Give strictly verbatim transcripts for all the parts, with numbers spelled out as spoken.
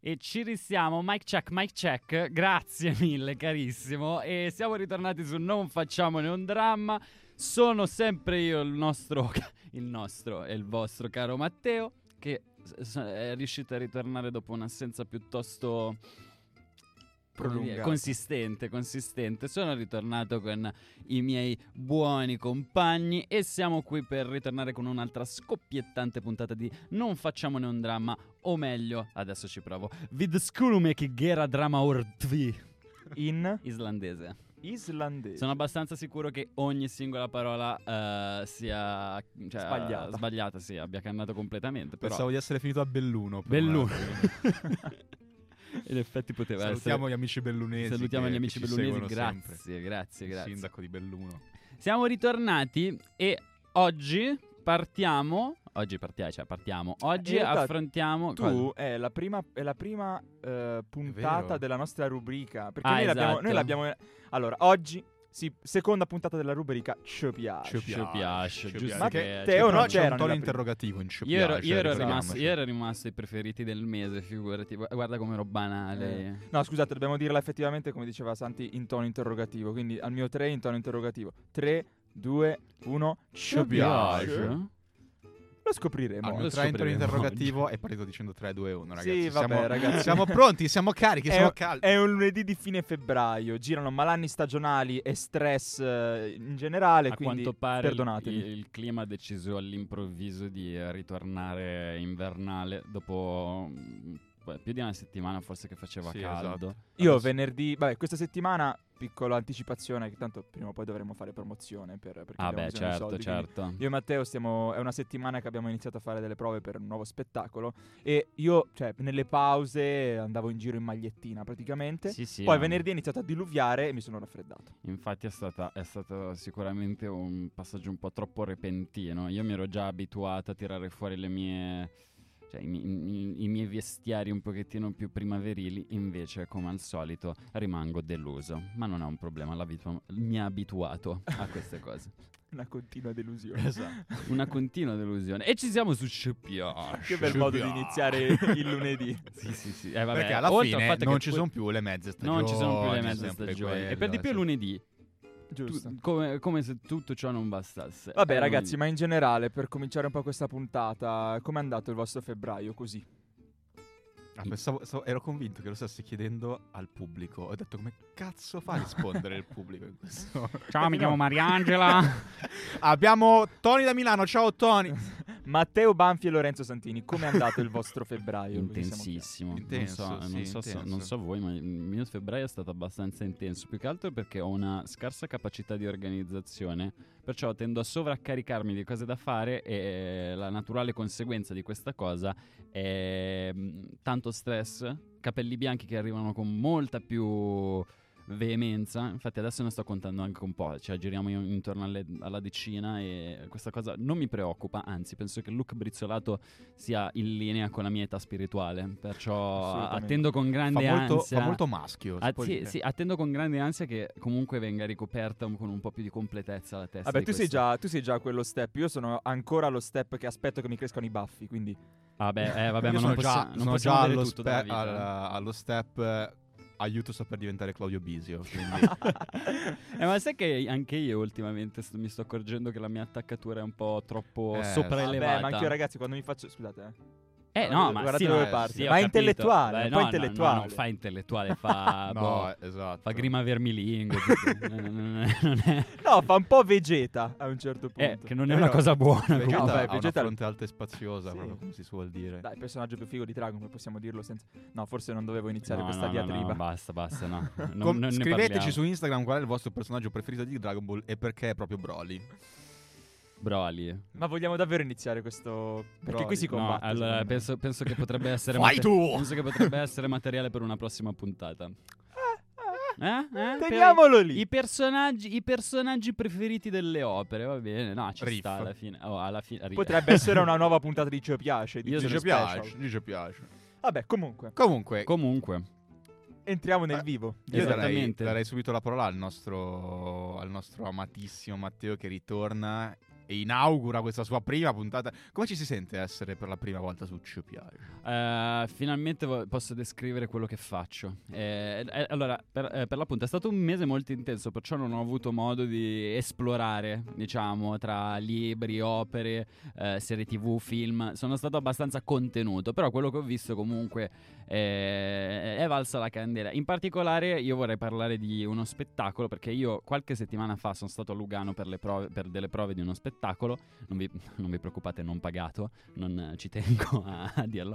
E ci risiamo, mic check, mic check, grazie mille carissimo. E siamo ritornati su Non facciamone un dramma. Sono sempre io il nostro, il nostro e il vostro caro Matteo, che è riuscito a ritornare dopo un'assenza piuttosto prolungata, consistente, consistente. Sono ritornato con i miei buoni compagni e siamo qui per ritornare con un'altra scoppiettante puntata di Non facciamone un dramma, o meglio, adesso ci provo, Vid skulume ki gera drama ortvi in islandese. islandese. Sono abbastanza sicuro che ogni singola parola uh, sia cioè, sbagliata. Sbagliata, sì, abbia cannato completamente. Però... Pensavo di essere finito a Belluno. Belluno. In effetti poteva Salutiamo essere. gli amici bellunesi. Salutiamo che, gli amici che ci bellunesi, seguono grazie, sempre. grazie, Il grazie. sindaco di Belluno. Siamo ritornati e oggi partiamo. Oggi partiamo, cioè partiamo. Oggi In realtà affrontiamo. Tu cosa? è la prima, è la prima eh, puntata vero. della nostra rubrica. Perché Ah, noi, l'abbiamo, esatto. noi l'abbiamo. Allora, oggi, sì, seconda puntata della rubrica Ci piace. Ci Ci piace, Ci giusto piace. Ma che- Teo cioè, non Però c'era c'è un tono nella interrogativo in ci Io ero, piace, io ero ricordiamoci. rimasto, io ero rimasto i preferiti del mese, figurati. Gu- Guarda come ero banale. Eh, No, scusate, dobbiamo dirla effettivamente, come diceva Santi, in tono interrogativo. Quindi al mio tre in tono interrogativo. tre, due, uno. Ci piace. Lo scopriremo. Al Lo mio tre in tono scopriremo interrogativo è partito dicendo tre, due, uno, ragazzi. Sì, vabbè, siamo, ragazzi. siamo pronti, siamo carichi, È, siamo caldi. è un lunedì di fine febbraio. Girano malanni stagionali e stress eh, in generale. A quindi quanto pare il, perdonatemi. il clima ha deciso all'improvviso di eh, ritornare invernale dopo mm, più di una settimana forse che faceva Sì, caldo. esatto. Io Adesso- venerdì, vabbè, questa settimana, piccola anticipazione, che tanto prima o poi dovremo fare promozione per, perché Ah abbiamo beh, bisogno di certo, soldi, quindi certo. Io e Matteo stiamo, è una settimana che abbiamo iniziato a fare delle prove per un nuovo spettacolo e io, cioè, nelle pause andavo in giro in magliettina praticamente. Sì, sì, Poi ah. venerdì è iniziato a diluviare e mi sono raffreddato. Infatti è stata è stato sicuramente un passaggio un po' troppo repentino. Io mi ero già abituato a tirare fuori le mie cioè i, mi- i- i miei vestiari un pochettino più primaverili, invece come al solito rimango deluso. Ma non è un problema, la vita mi ha abituato a queste cose. Una continua delusione. Esatto. Una continua delusione. E ci siamo su Ci piace. Che bel Ci modo di piace. iniziare il lunedì. Sì, sì, sì. Eh, vabbè, Perché alla oltre al fine fatto non che ci poi- sono più le mezze stagioni. Non ci sono più le mezze sempre stagioni. quello, E per di più è sempre- lunedì. Giusto. Tu- come, come se tutto ciò non bastasse. Vabbè Eh, ragazzi, ma in generale, per cominciare un po' questa puntata, com'è andato il vostro febbraio così? Ah, pensavo- stavo- ero convinto che lo stessi chiedendo al pubblico. Ho detto come cazzo fa a rispondere il pubblico in questo? Ciao, mi chiamo Mariangela. Abbiamo Tony da Milano, ciao Tony. Matteo Banfi e Lorenzo Santini, com'è andato il vostro febbraio? Così siamo chiari. Intensissimo. Intenso, non so, sì, non, so, so- intenso. non so voi, ma il mio febbraio è stato abbastanza intenso. Più che altro perché ho una scarsa capacità di organizzazione. Perciò tendo a sovraccaricarmi di cose da fare. E la naturale conseguenza di questa cosa è mm, tanto stress, capelli bianchi che arrivano con molta più veemenza. Infatti adesso ne sto contando anche un po', cioè giriamo in- intorno alle- alla decina e questa cosa non mi preoccupa, anzi penso che il look brizzolato sia in linea con la mia età spirituale, perciò Assolutamente. attendo con Fa grande molto, ansia fa molto maschio. si Ah, può sì, dire. sì, attendo con grande ansia che comunque venga ricoperta un- con un po' più di completezza la testa. Vabbè, di tu sei, questo. già, tu sei già a quello step. Io sono ancora allo step che aspetto che mi crescano i baffi. Quindi, Vabbè, eh, vabbè, Io ma sono non, già, possi- non sono possiamo già avere allo, tutto dalla spe- vita. al- allo step eh, aiuto sto per diventare Claudio Bisio. Quindi Eh, ma sai che anche io ultimamente sto- mi sto accorgendo che la mia attaccatura è un po' troppo Eh, sopraelevata. vabbè, ma anch'io ragazzi, quando mi faccio... Scusate, eh. Eh Guardate- no, ma guardate sì, dove no, parte. sì, ho Ma è capito. intellettuale, Beh, un po' no, no, intellettuale. No, non fa intellettuale, fa no, boh, esatto. fa grima vermilingo. tutto. non, non- non è, No, fa un po' Vegeta a un certo punto. eh, che non è Però- una cosa buona. Vegeta comunque. vabbè, ha una Vegeta- fronte alta e spaziosa, Sì. proprio come si suol dire. Dai, il personaggio più figo di Dragon, come possiamo dirlo senza... No, forse non dovevo iniziare No, questa no, no, diatriba. no, basta, basta, no. Non, Com- non ne scriveteci parliamo. su Instagram qual è il vostro personaggio preferito di Dragon Ball e perché è proprio Broly. Broly. Ma vogliamo davvero iniziare questo... Perché Broly. qui si No, combatte. allora secondo me. penso, penso che potrebbe essere Fai mate- tu! penso che potrebbe essere materiale per una prossima puntata. Eh? Eh? Per Teniamolo lì. I personaggi, i personaggi preferiti delle opere, va bene. No, ci Riff. sta alla fine. Oh, alla fine ri- Potrebbe essere una nuova puntata di Ci piace. Di Io Ci sono Ci Special. piace, gli ci piace. Vabbè, comunque, Comunque, Comunque, entriamo nel Eh, vivo. io darei, Esattamente. darei subito la parola al nostro, al nostro amatissimo Matteo che ritorna e inaugura questa sua prima puntata. Come ci si sente essere per la prima volta su Ci piace? Uh, finalmente vo- posso descrivere quello che faccio. Eh, eh, allora, per, eh, per l'appunto è stato un mese molto intenso, perciò non ho avuto modo di esplorare, diciamo, tra libri, opere, eh, serie tv, film. Sono stato abbastanza contenuto, però quello che ho visto comunque eh, è valsa la candela. In particolare io vorrei parlare di uno spettacolo, perché io qualche settimana fa sono stato a Lugano per, le prove, per delle prove di uno spettacolo. Non vi, non vi preoccupate, non pagato, non ci tengo a, a dirlo.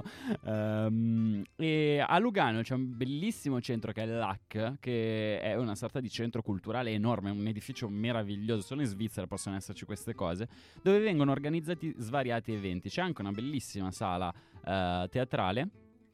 Um, e a Lugano c'è un bellissimo centro che è l'A C, che è una sorta di centro culturale enorme, un edificio meraviglioso. Solo in Svizzera possono esserci queste cose, dove vengono organizzati svariati eventi. C'è anche una bellissima sala uh, teatrale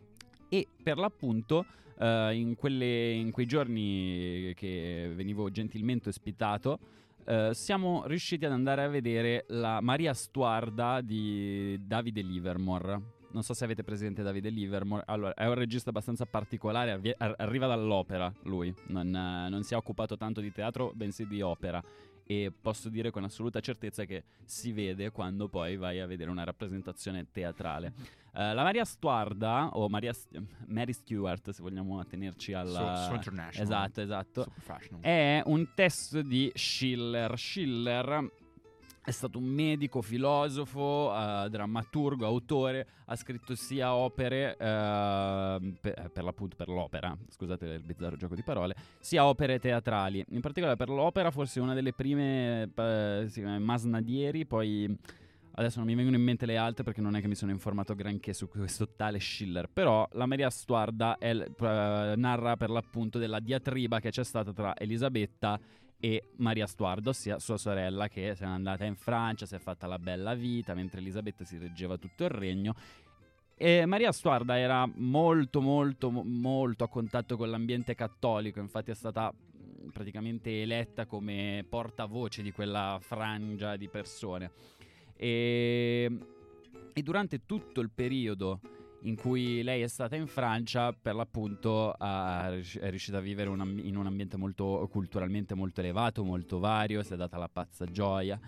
e per l'appunto uh, in, quelle, in quei giorni che venivo gentilmente ospitato Uh, siamo riusciti ad andare a vedere la Maria Stuarda di Davide Livermore. Non so se avete presente Davide Livermore. Allora, è un regista abbastanza particolare, arri- ar- arriva dall'opera lui, non, uh, non si è occupato tanto di teatro, bensì di opera. E posso dire con assoluta certezza che si vede quando poi vai a vedere una rappresentazione teatrale. Uh, la Maria Stuarda, o Maria St- Mary Stuart, se vogliamo attenerci alla... So, so international. Esatto, esatto. So professional. È un testo di Schiller. Schiller è stato un medico, filosofo, uh, drammaturgo, autore. Ha scritto sia opere, uh, per, per l'appunto per l'opera, scusate il bizzarro gioco di parole, sia opere teatrali. In particolare per l'opera forse una delle prime, uh, si chiama Masnadieri, poi... Adesso non mi vengono in mente le altre perché non è che mi sono informato granché su questo tale Schiller. Però la Maria Stuarda è, uh, narra per l'appunto della diatriba che c'è stata tra Elisabetta e Maria Stuarda, ossia sua sorella, che se n'è andata in Francia, si è fatta la bella vita, mentre Elisabetta si reggeva tutto il regno. E Maria Stuarda era molto molto molto a contatto con l'ambiente cattolico, infatti è stata praticamente eletta come portavoce di quella frangia di persone. E, e durante tutto il periodo in cui lei è stata in Francia, per l'appunto ha, è riuscita a vivere un amb- in un ambiente molto culturalmente molto elevato, molto vario, si è data la pazza gioia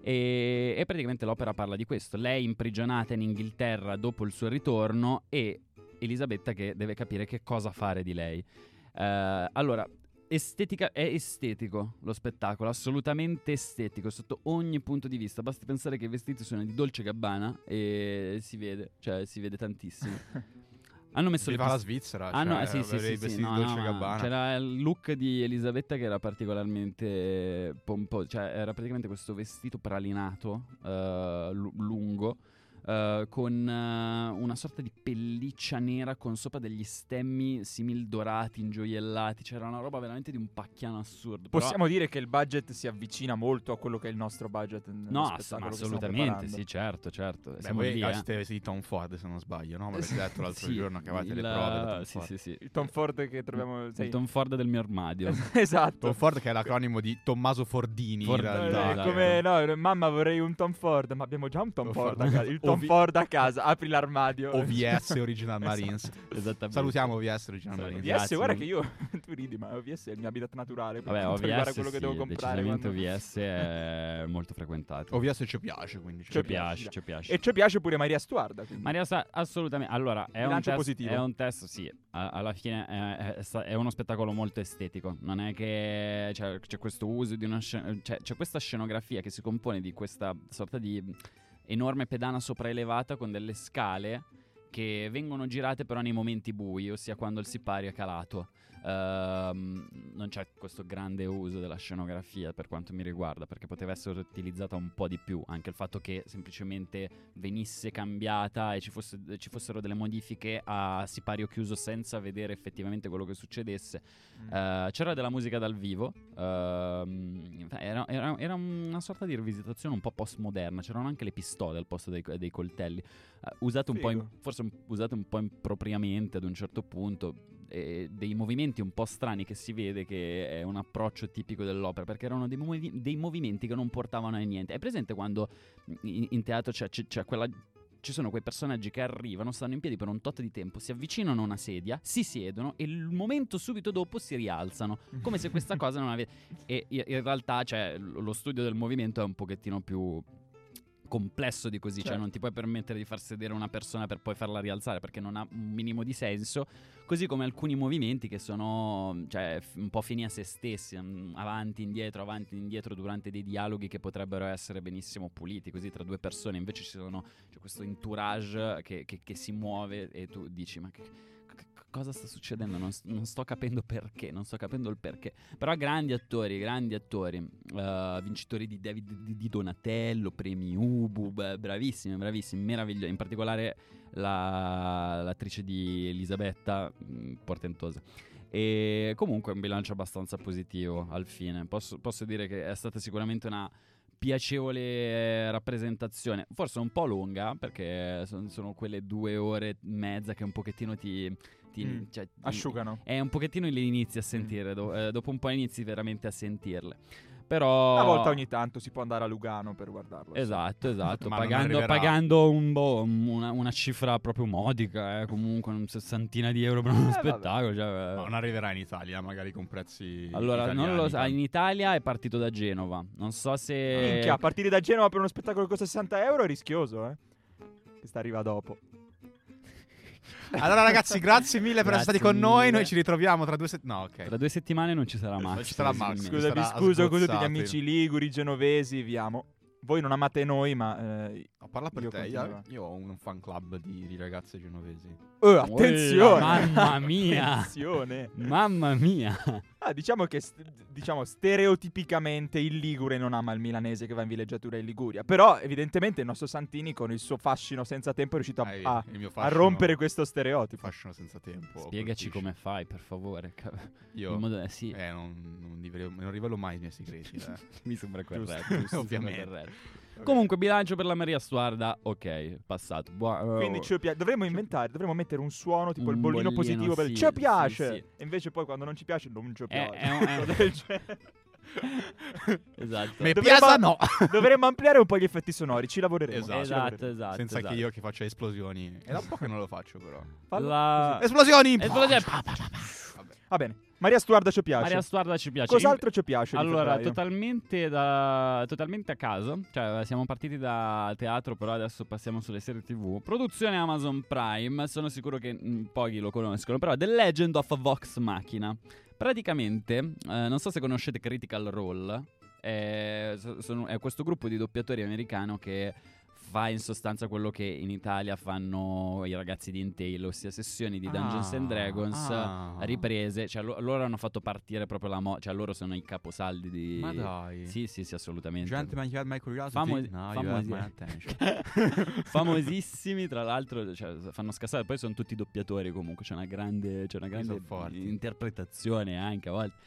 e, e praticamente l'opera parla di questo. Lei imprigionata in Inghilterra dopo il suo ritorno e Elisabetta che deve capire che cosa fare di lei. Uh, allora Estetica, è estetico lo spettacolo, assolutamente estetico sotto ogni punto di vista. Basti pensare che i vestiti sono di Dolce Gabbana e si vede, cioè si vede tantissimo. Hanno messo Viva le la pist- Svizzera, ah, no, cioè, eh, sì, sì, i sì, vestiti sì, di no, Dolce no, Gabbana. c'era il look di Elisabetta che era particolarmente pomposo, cioè era praticamente questo vestito pralinato, uh, l- lungo, Uh, con uh, una sorta di pelliccia nera con sopra degli stemmi simil dorati, ingioiellati. C'era una roba veramente di un pacchiano assurdo. Possiamo però... dire che il budget si avvicina molto a quello che è il nostro budget nello No, ass- spettacolo ma che stiamo assolutamente, preparando. sì, certo, certo. Beh, Siamo voi lì, avete eh. vestiti di Tom Ford, se non sbaglio, no? Me l'avete detto l'altro Sì, giorno che avevate il- le prove da Tom sì, Ford. sì, sì. Il Tom Ford che troviamo... Il sai- Tom Ford del mio armadio. Esatto. Tom Ford che è l'acronimo di Tommaso Fordini Ford- in Eh, realtà. esatto. come no, mamma vorrei un Tom Ford, ma abbiamo già un Tom Tom Ford Ford. a casa. Il Tom Ovi- Ford a casa, apri l'armadio. O V S Original Marines. Esattamente. Salutiamo O V S Original Sì. Marines. O V S, Grazie. guarda che io tu ridi, ma O V S è il mio habitat naturale. Per Vabbè, quanto riguarda O V S quello che sì, devo comprare. decisamente quando- O V S è molto frequentato. O V S ci piace, quindi Ci Ci piace, piace. ci piace. E ci piace pure Maria Stuarda. quindi. Maria Sa, assolutamente. Allora, è un, Bilancio test, positivo. è un test, sì. A- alla fine è, è sta- è uno spettacolo molto estetico. Non è che c'è, c'è questo uso di una scena. C'è, c'è questa scenografia che si compone di questa sorta di enorme pedana sopraelevata con delle scale che vengono girate però nei momenti bui, ossia quando il sipario è calato. Ehm, non c'è questo grande uso della scenografia per quanto mi riguarda, perché poteva essere utilizzata un po' di più. Anche il fatto che semplicemente venisse cambiata e ci, fosse, ci fossero delle modifiche a sipario chiuso senza vedere effettivamente quello che succedesse. Mm. Eh, c'era della musica dal vivo, ehm, era, era- era una sorta di rivisitazione un po' postmoderna. C'erano anche le pistole al posto dei, dei coltelli, eh, usate un po' in- Figo. forse un- usate un po' impropriamente ad un certo punto, e dei movimenti un po' strani che si vede che è un approccio tipico dell'opera, perché erano dei, movi- dei movimenti che non portavano a niente. È presente quando in, in teatro c'è, c'è- c'è quella... Ci sono quei personaggi che arrivano, stanno in piedi per un tot di tempo, si avvicinano a una sedia, si siedono e il momento subito dopo si rialzano, come se questa cosa non avesse... E in in realtà, cioè, l- lo studio del movimento è un pochettino più complesso di così, Certo. cioè non ti puoi permettere di far sedere una persona per poi farla rialzare, perché non ha un minimo di senso, così come alcuni movimenti che sono, cioè, f- un po' fini a se stessi, mm, avanti, indietro, avanti, indietro, durante dei dialoghi che potrebbero essere benissimo puliti, così tra due persone, invece ci sono, c'è questo entourage che, che- che si muove e tu dici ma che, che- cosa sta succedendo? Non, s- non sto capendo perché, non sto capendo il perché. Però grandi attori, grandi attori, eh, vincitori di David di, di Donatello, premi Ubu, beh, bravissimi, bravissimi, meravigliosi, in particolare la- l'attrice di Elisabetta, mh, portentosa. E comunque un bilancio abbastanza positivo al fine. Posso, posso dire che è stata sicuramente una piacevole eh, rappresentazione, forse un po' lunga, perché son- sono quelle due ore e mezza che un pochettino ti... ti- Mm, cioè, ti- Asciugano. è un pochettino le inizi a sentire, do- eh, dopo un po' inizi veramente a sentirle. Però Una volta ogni tanto si può andare a Lugano per guardarlo. sì. Esatto, esatto, Ma non pagando, arriverà. pagando un boh, una, una cifra proprio modica, eh, comunque un sessantina di euro per uno Eh, vabbè. spettacolo. Cioè, Ma non arriverà in Italia, magari con prezzi allora, italiani, non lo so, tanto. in Italia è partito da Genova, non so se... Minchia, a partire da Genova per uno spettacolo che costa sessanta euro è rischioso, eh. Questa arriva dopo. Allora ragazzi, grazie mille per essere Grazie stati con noi. mille. Noi ci ritroviamo tra due settimane. No, ok. Tra due settimane non ci sarà Max. Non ci sarà Max. probabilmente. Scusa, vi sarà scuso con tutti gli sgozzato. amici liguri, genovesi, vi amo. Voi non amate noi, ma... Eh, No, parla per Io te. continuo. Io, io ho un fan club di, di ragazze genovesi. oh, attenzione! mamma mia. Attenzione! Mamma mia. Ah, diciamo che st- diciamo stereotipicamente il ligure non ama il milanese che va in villeggiatura in Liguria. Però evidentemente il nostro Santini con il suo fascino senza tempo è riuscito a, Eh, a- il mio a fascino- rompere questo stereotipo. Fascino senza tempo. Spiegaci colpisce. come fai, per favore. Ca- Io in modo- eh, sì, eh, non, non, rivelo, non rivelo mai i miei segreti. eh. mi sembra Giusto. corretto. giusto, Ovviamente. sembra corretto. Comunque, bilancio per la Maria Stuarda, ok, passato. Buo- Quindi oh. ci piace. Dovremmo inventare, dovremmo mettere un suono tipo Un il bollino, bollino, positivo per sì, ci piace. sì, sì. E invece poi quando non ci piace non ci È- piace. è un- è un- Del genere. Esatto. Me Dovremmo- piace no. Dovremmo ampliare un po' gli effetti sonori, ci lavoreremo. Esatto. ci Esatto, lavoreremo. esatto. Senza esatto. che io che faccia esplosioni. È da un po' che non lo faccio però. Fallo La... Esplosioni! Esplosione. Vabbè. Va bene. Maria Stuarda ci piace. Maria Stuarda ci piace. Cos'altro ci piace? di Allora, febbraio? totalmente, da, totalmente a caso, cioè siamo partiti da teatro, però adesso passiamo sulle serie tivù. Produzione Amazon Prime, sono sicuro che mh, pochi lo conoscono, però The Legend of Vox Machina. Praticamente, eh, non so se conoscete Critical Role, è, so- sono- è questo gruppo di doppiatori americano che fa in sostanza quello che in Italia fanno i ragazzi di Entail, ossia sessioni di Dungeons Ah, and Dragons ah. riprese, cioè lo- loro hanno fatto partire proprio la mo- cioè loro sono i caposaldi di... Ma dai. Sì, sì, sì, assolutamente. Gentlemen, you had my curiosity. Famo- no, you famosi- had my attention. Famosissimi, tra l'altro, cioè, fanno scassare, poi sono tutti doppiatori comunque, c'è una grande, c'è una grande sono forti. interpretazione anche a volte.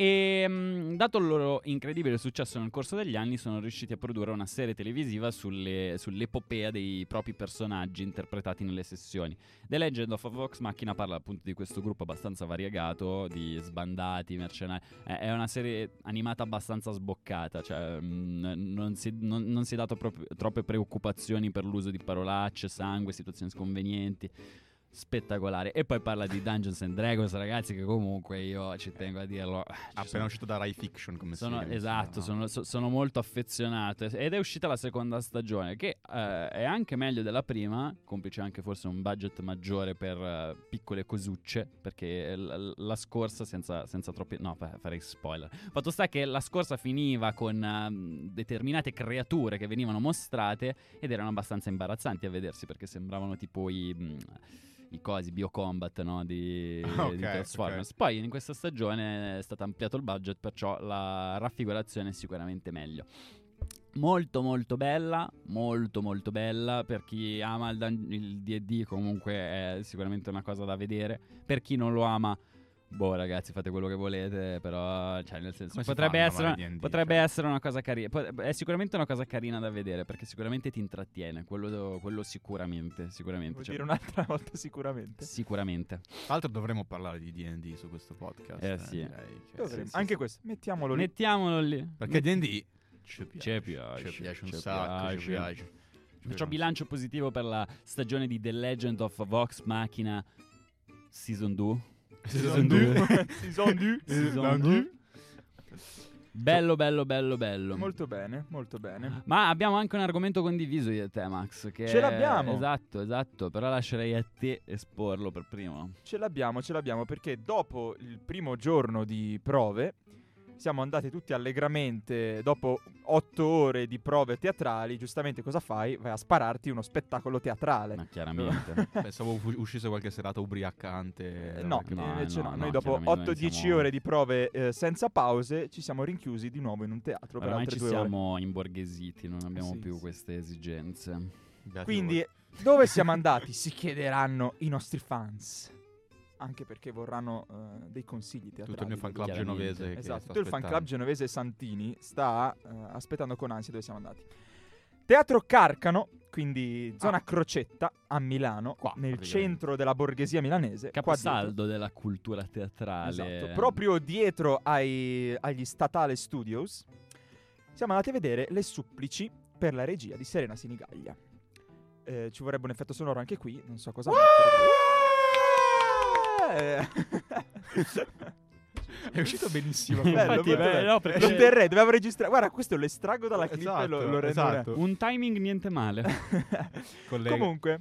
E mh, dato il loro incredibile successo nel corso degli anni, sono riusciti a produrre una serie televisiva sulle- sull'epopea dei propri personaggi interpretati nelle sessioni. The Legend of Vox Machina parla appunto di questo gruppo abbastanza variegato, di sbandati, mercenari. È è una serie animata abbastanza sboccata, cioè mh, non, si, non- non si è dato proprio- troppe preoccupazioni per l'uso di parolacce, sangue, situazioni sconvenienti. Spettacolare. E poi parla di Dungeons and Dragons, ragazzi, che comunque io ci tengo a dirlo. ci Appena sono- uscito da Rai Fiction come sono, serie, esatto, insomma. sono, so- sono molto affezionato ed è uscita la seconda stagione che eh, è anche meglio della prima, complice anche forse un budget maggiore per eh, piccole cosucce, perché l- la scorsa senza, senza troppi... no, fa- farei spoiler. Fatto sta che la scorsa finiva con ehm, determinate creature che venivano mostrate ed erano abbastanza imbarazzanti a vedersi perché sembravano tipo i... mh, i cosi, Biocombat, no? Di, Ok, di Transformers. ok. Poi in questa stagione è stato ampliato il budget, perciò la raffigurazione è sicuramente meglio. Molto molto bella, molto molto bella. Per chi ama il, dun- il D and D comunque è sicuramente una cosa da vedere. Per chi non lo ama, boh ragazzi, fate quello che volete, però cioè nel senso Come si potrebbe fanno a essere, amare D and D, potrebbe cioè? essere una cosa carina. Po- È sicuramente una cosa carina da vedere perché sicuramente ti intrattiene, quello, quello sicuramente, sicuramente. Vuol cioè, dire un'altra volta sicuramente. sicuramente. Tra l'altro dovremmo parlare di D and D su questo podcast. Eh, sì. direi che- Dovremmo- sì, sì, Anche sì. questo, mettiamolo lì. Mettiamolo lì. Perché D and D ci Ci piace, piace, ci piace un ci sacco, ci piace. piace. Ci Faccio piace un bilancio positivo per la stagione di The Legend of Vox Machina Season due. Season due. Season due. Season due. Bello, bello, bello, bello. Molto bene, molto bene. Ma abbiamo anche un argomento condiviso io e te, Max. Che Ce l'abbiamo. Esatto, esatto. Però lascerei a te esporlo per primo. Ce l'abbiamo, ce l'abbiamo perché dopo il primo giorno di prove siamo andati tutti allegramente, dopo otto ore di prove teatrali, giustamente cosa fai? Vai a spararti uno spettacolo teatrale. Ma chiaramente. Pensavo fu- uscisse qualche serata ubriacante. Eh, no, perché- no, invece no, no. no, Noi dopo chiaramente otto noi dieci siamo- ore di prove eh, senza pause ci siamo rinchiusi di nuovo in un teatro per Ormai altre ci due ore. siamo imborghesiti, non abbiamo Sì, più sì. queste esigenze. Beati Quindi voi. dove siamo andati? Si chiederanno i nostri fans. Anche perché vorranno eh, dei consigli teatrali. tutto il mio fan club chiaramente. genovese. che Esatto, sta tutto il fan club aspettando. genovese Santini sta eh, aspettando con ansia dove siamo andati. Teatro Carcano, quindi zona Ah. Crocetta a Milano, Qua, nel praticamente. centro della borghesia milanese. qua Caposaldo della cultura teatrale. dietro. Esatto, proprio dietro ai- agli Statale Studios siamo andati a vedere Le Supplici per la regia di Serena Sinigaglia. Eh, ci vorrebbe un effetto sonoro anche qui, non so cosa mettere. È uscito benissimo. Bello, Infatti, molto beh, bello. no, perché- Lo terrei, dovevo registrare. Guarda, questo lo estraggo dalla clip e Esatto, lo, lo rendo esatto. Un timing niente male. Collega. Comunque,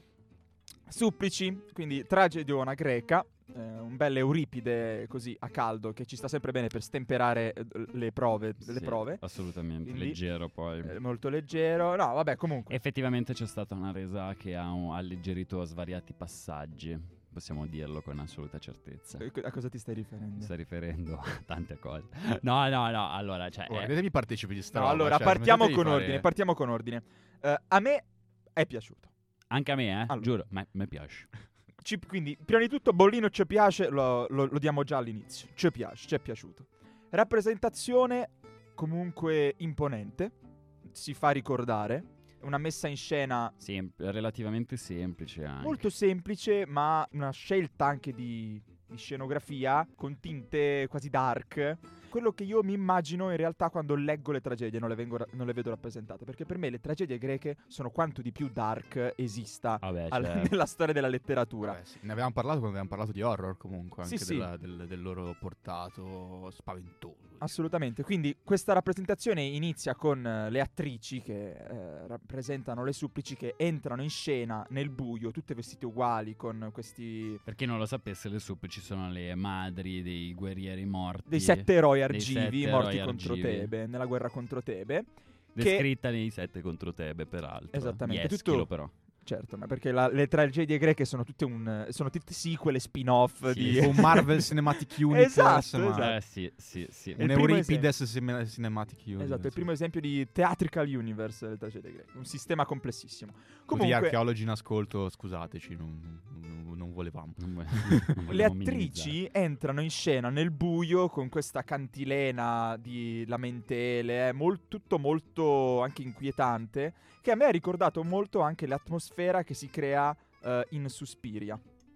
Supplici, quindi tragediona greca, eh, un bel Euripide così a caldo che ci sta sempre bene per stemperare eh, le prove, le Sì, prove. Assolutamente, Quindi- leggero poi. Eh, molto leggero. No, vabbè, comunque. Effettivamente c'è stata una resa che ha un- alleggerito svariati passaggi. Possiamo dirlo con assoluta certezza. Eh, A cosa ti stai riferendo? Mi sta riferendo a tante cose. No, no, no, allora, cioè... Oh, eh, vedetemi partecipi di sta No, roba, allora, cioè, partiamo smettete con di fare- ordine, partiamo con ordine. Eh, a me è piaciuto. anche a me, eh, Allora. giuro, ma mi piace. Ci- quindi, prima di tutto, Bollino ci piace, lo, lo- lo diamo già all'inizio. Ci piace, ci è piaciuto. Rappresentazione comunque imponente, si fa ricordare. Una messa in scena Sem- relativamente semplice anche. molto semplice, ma una scelta anche di, di scenografia con tinte quasi dark. Quello che io mi immagino in realtà quando leggo le tragedie, non le, vengo ra- non le vedo rappresentate. Perché per me le tragedie greche sono quanto di più dark esista Vabbè, al- certo. nella storia della letteratura. Vabbè, sì, ne avevamo parlato quando abbiamo parlato di horror comunque, Sì, anche sì. della- del, del loro portato spaventoso. Assolutamente, quindi questa rappresentazione inizia con eh, le attrici che eh, rappresentano le supplici che entrano in scena nel buio, tutte vestite uguali con questi Per chi non lo sapesse, le supplici sono le madri dei guerrieri morti. dei sette eroi dei argivi sette morti eroi contro argivi. Tebe, nella guerra contro Tebe. Descritta nei sette contro Tebe, peraltro. Esattamente, Di tutto- Eschilo, però. Certo, ma perché la- le tragedie greche sono tutte un sono tutte sequel e spin-off Sì. di Un Marvel Cinematic Universe, Esatto, ma- esatto. Eh sì, sì, sì. Il un primo Euripides cine- Cinematic Universe. Esatto, il primo esempio di theatrical universe delle tragedie greche, un sistema complessissimo. Tutti gli Comunque archeologi in ascolto, scusateci, non, non- non volevamo. Non vuoi- non le vogliamo attrici entrano in scena nel buio con questa cantilena di lamentele, è mol- tutto molto anche inquietante, che a me ha ricordato molto anche l'atmosfera che si crea eh, in Suspiria.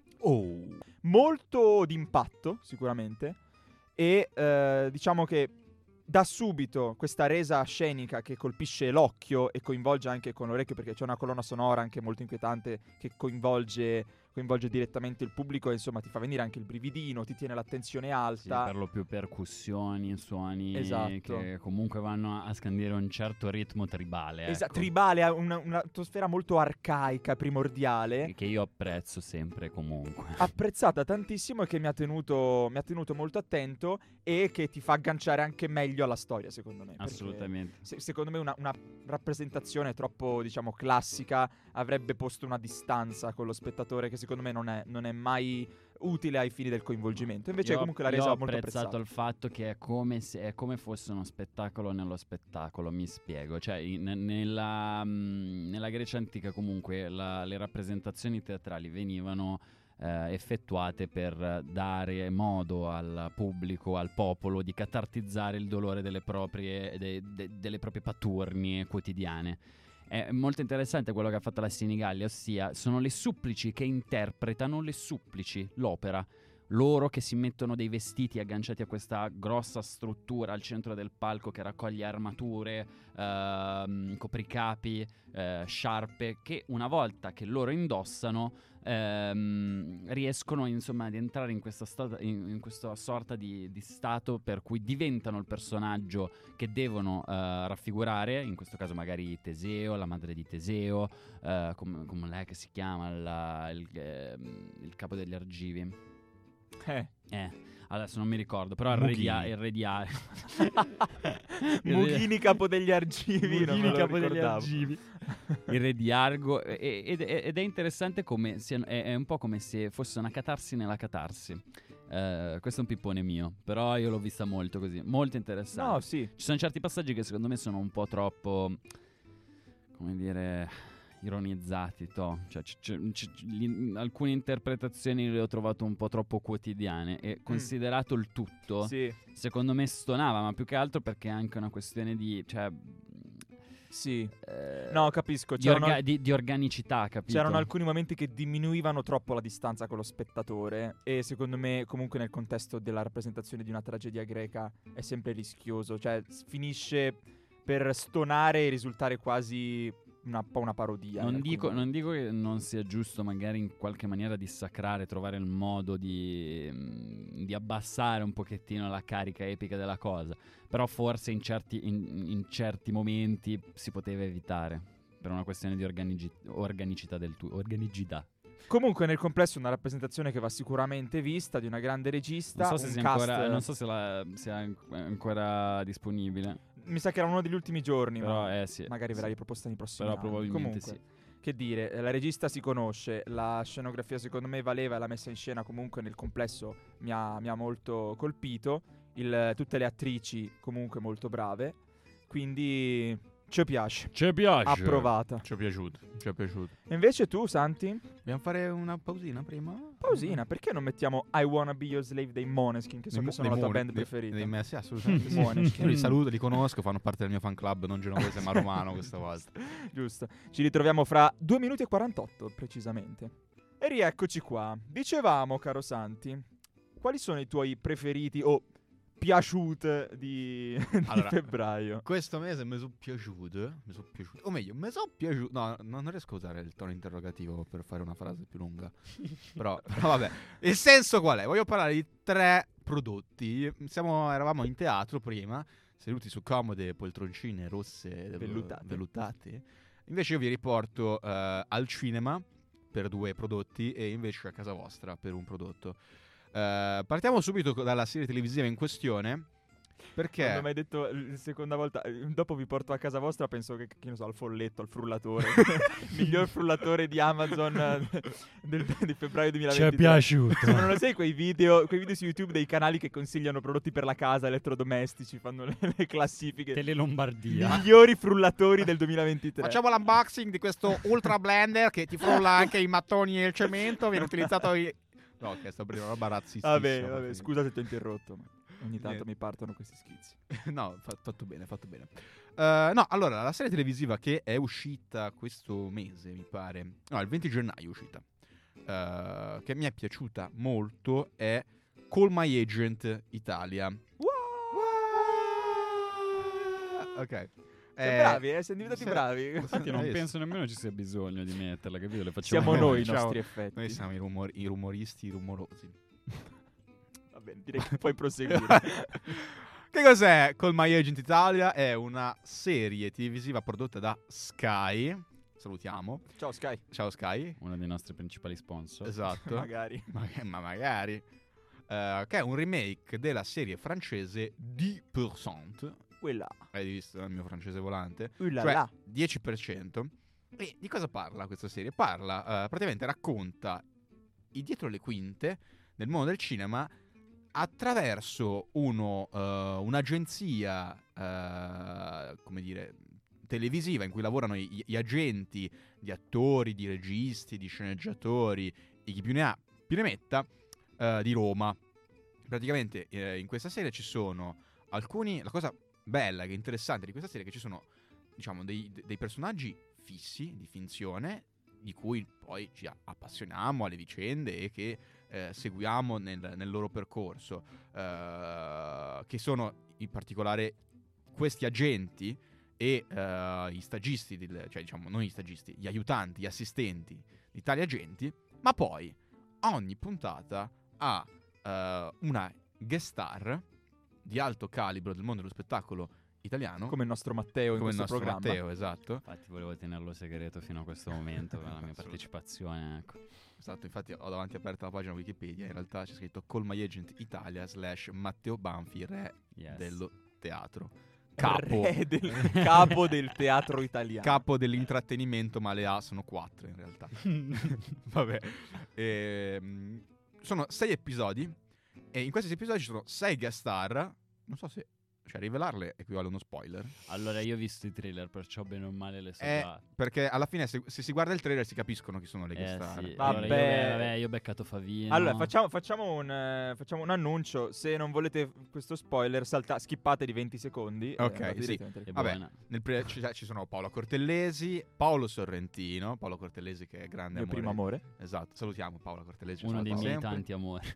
Oh, Molto d'impatto, sicuramente, e eh, diciamo che da subito questa resa scenica che colpisce l'occhio e coinvolge anche con l'orecchio, perché c'è una colonna sonora anche molto inquietante che coinvolge, coinvolge direttamente il pubblico e insomma ti fa venire anche il brividino, ti tiene l'attenzione Sì, alta. per lo più percussioni, suoni Esatto. che comunque vanno a scandire un certo ritmo tribale. Esa- ecco. tribale, ha una- un'atmosfera molto arcaica, primordiale, Che io apprezzo sempre e comunque. apprezzata tantissimo e che mi ha tenuto, mi ha tenuto molto attento e che ti fa agganciare anche meglio alla storia, secondo me. perché Assolutamente. se- secondo me una, una rappresentazione troppo, diciamo, classica avrebbe posto una distanza con lo spettatore che secondo me non è, non è mai utile ai fini del coinvolgimento. Invece Io- comunque la io resa ho molto apprezzato apprezzata. il fatto che è come, se, è come fosse uno spettacolo nello spettacolo, mi spiego. Cioè, in- nella, mm, nella Grecia antica comunque la- le rappresentazioni teatrali venivano eh, effettuate per dare modo al pubblico, al popolo, di catartizzare il dolore delle proprie, de- de- delle proprie paturnie quotidiane. È molto interessante quello che ha fatto la Sinigallia, ossia sono le supplici che interpretano le supplici, l'opera. loro che si mettono dei vestiti agganciati a questa grossa struttura al centro del palco che raccoglie armature, ehm, copricapi, eh, sciarpe, che una volta che loro indossano ehm, riescono insomma ad entrare in questa, stata, in, in questa sorta di, di stato per cui diventano il personaggio che devono eh, raffigurare, in questo caso magari Teseo, la madre di Teseo, eh, come, come lei che si chiama, la, il, eh, il capo degli Argivi. Eh. Eh, adesso non mi ricordo, però il re Mughini. di A- il re di A- Mughini capo degli argivi, non me Mughini lo capo degli ricordavo. Argivi. Il re di Argo, e- ed, ed è interessante come sia, è, è un po' come se fosse una catarsi nella catarsi. Eh, questo è un pippone mio, però io l'ho vista molto così, molto interessante. No, sì. Ci sono certi passaggi che secondo me sono un po' troppo, come dire, ironizzati, to. Cioè, c- c- c- gli- alcune interpretazioni le ho trovato un po' troppo quotidiane e considerato il tutto, Sì. secondo me stonava, ma più che altro perché è anche una questione di, cioè, Sì. eh, No, capisco. di, C'erano, orga- di- di organicità, capito? c'erano alcuni momenti che diminuivano troppo la distanza con lo spettatore e secondo me comunque nel contesto della rappresentazione di una tragedia greca è sempre rischioso. Cioè s- finisce per stonare e risultare quasi una, un po' una parodia. in Non alcuni dico, momenti. non dico che non sia giusto magari in qualche maniera dissacrare, trovare il modo di, mm, di abbassare un pochettino la carica epica della cosa, però forse in certi, in, in certi momenti si poteva evitare, per una questione di organigi- organicità del tutto. Organicità. Comunque nel complesso è una rappresentazione che va sicuramente vista, di una grande regista. Non so se un sia cast- ancora, non so se la- sia an- ancora disponibile, Mi sa che era uno degli ultimi giorni, però ma eh sì. magari verrà sì. riproposta nei prossimi Però anni. probabilmente Comunque, sì. che dire, eh, la regista si conosce, la scenografia secondo me valeva e la messa in scena comunque nel complesso mi ha, mi ha molto colpito, il- tutte le attrici comunque molto brave, quindi ci piace, Ci piace. approvata. Ci è piaciuto, ci è piaciuto. E invece tu, Santi? Dobbiamo fare una pausina prima? Pausina, perché non mettiamo I Wanna Be Your Slave dei Måneskin, che so Dei che Mo- sono dei la tua Mone- band dei- preferita? dei me- sì, assolutamente. sì. Måneskin. Io li saluto, li conosco, fanno parte del mio fan club, non genovese ma romano questa volta. Giusto. Ci ritroviamo fra due minuti e quarantotto, precisamente. E rieccoci qua. Dicevamo, caro Santi, quali sono i tuoi preferiti o piaciute di, di Allora, febbraio? Questo mese mi sono piaciuto, mi sono piaciuto, o meglio, mi sono piaciuto, no, no, non riesco a usare il tono interrogativo per fare una frase più lunga, però, però vabbè, il senso qual è? Voglio parlare di tre prodotti, siamo, eravamo in teatro prima, seduti su comode poltroncine rosse, Vellutate. vellutate. Invece io vi riporto eh, al cinema per due prodotti e invece a casa vostra per un prodotto. Eh, partiamo subito co- dalla serie televisiva in questione. Perché? Quando mi hai detto la seconda volta, eh, dopo vi porto a casa vostra, penso che, che ne so, al folletto, al frullatore. Miglior frullatore di Amazon eh, del, di febbraio duemilaventitré. piaciuto. Se non lo sai, quei video, quei video su YouTube dei canali che consigliano prodotti per la casa, elettrodomestici, fanno le, le classifiche. Tele Lombardia. Migliori frullatori del duemilaventitré. Facciamo l'unboxing di questo Ultra Blender che ti frulla anche i mattoni e il cemento. Viene utilizzato i... No, ok, sto aprendo una roba razzista. Vabbè, vabbè, scusa se ti ho interrotto, ma ogni tanto Niente. mi partono questi schizzi. No, fa- fatto bene, fatto bene. Eh, no, allora, la serie televisiva che è uscita questo mese, mi pare. No, il venti gennaio è uscita. eh, che mi è piaciuta molto è Call My Agent Italia. Ok. Siamo Eh, bravi, eh? Siamo diventati sì. bravi. Infatti non Hai visto? penso nemmeno ci sia bisogno di metterla, capito? Le facciamo Siamo noi i Diciamo, nostri effetti. Noi siamo i, rumor- i rumoristi rumorosi. Va bene, direi che puoi proseguire. Che cos'è Call My Agent Italia? È una serie televisiva prodotta da Sky. Salutiamo. Ciao Sky. Ciao Sky. Uno dei nostri principali sponsor. Esatto. Magari. ma, ma magari. Eh, che è un remake della serie francese dix per cent. Quella. Hai visto il mio francese volante? Ulla Cioè là. dieci per cento. E di cosa parla questa serie? Parla, eh, praticamente racconta i dietro le quinte del mondo del cinema attraverso uno, eh, un'agenzia, eh, come dire, televisiva in cui lavorano gli, gli agenti di attori, di registi, di sceneggiatori e chi più ne ha più ne metta, eh, di Roma. Praticamente eh, in questa serie ci sono alcuni... La cosa bella e interessante di questa serie è che ci sono, diciamo, dei, dei personaggi fissi, di finzione, di cui poi ci appassioniamo alle vicende e che eh, seguiamo nel, nel loro percorso, eh, che sono in particolare questi agenti e uh, i stagisti, del, cioè diciamo non gli stagisti, gli aiutanti, gli assistenti di tali agenti, ma poi ogni puntata ha uh, una guest star di alto calibro del mondo dello spettacolo italiano, come il nostro Matteo in come il questo nostro programma. Matteo, esatto. Infatti volevo tenerlo segreto fino a questo momento per la mia partecipazione, ecco. Esatto, infatti ho davanti aperta la pagina Wikipedia, in realtà c'è scritto Call My Agent Italia slash Matteo Banfi, re Yes. dello teatro. Capo. Re del, capo del teatro italiano. Capo dell'intrattenimento, ma le A sono quattro in realtà. Vabbè. Ehm, sono sei episodi e in questi episodi ci sono sei guest star. Non so se... Cioè, rivelarle equivale a uno spoiler. Allora, io ho visto i trailer, perciò bene o male le so Eh, già. perché alla fine, se, se si guarda il trailer, si capiscono chi sono le guest Eh, star. sì. Vabbè. Allora, io, beh, vabbè, io ho beccato Favino. Allora, facciamo, facciamo, un, eh, facciamo un annuncio. Se non volete questo spoiler, salta, skippate di venti secondi. Ok, andate sì. direttamente. È Vabbè, buona. Nel pre- ci, ci sono Paola Cortellesi, Paolo Sorrentino. Paolo Cortellesi che è grande Mio amore. primo amore. Esatto, salutiamo Paola Cortellesi. ci Uno dei saluta miei sempre. tanti amori.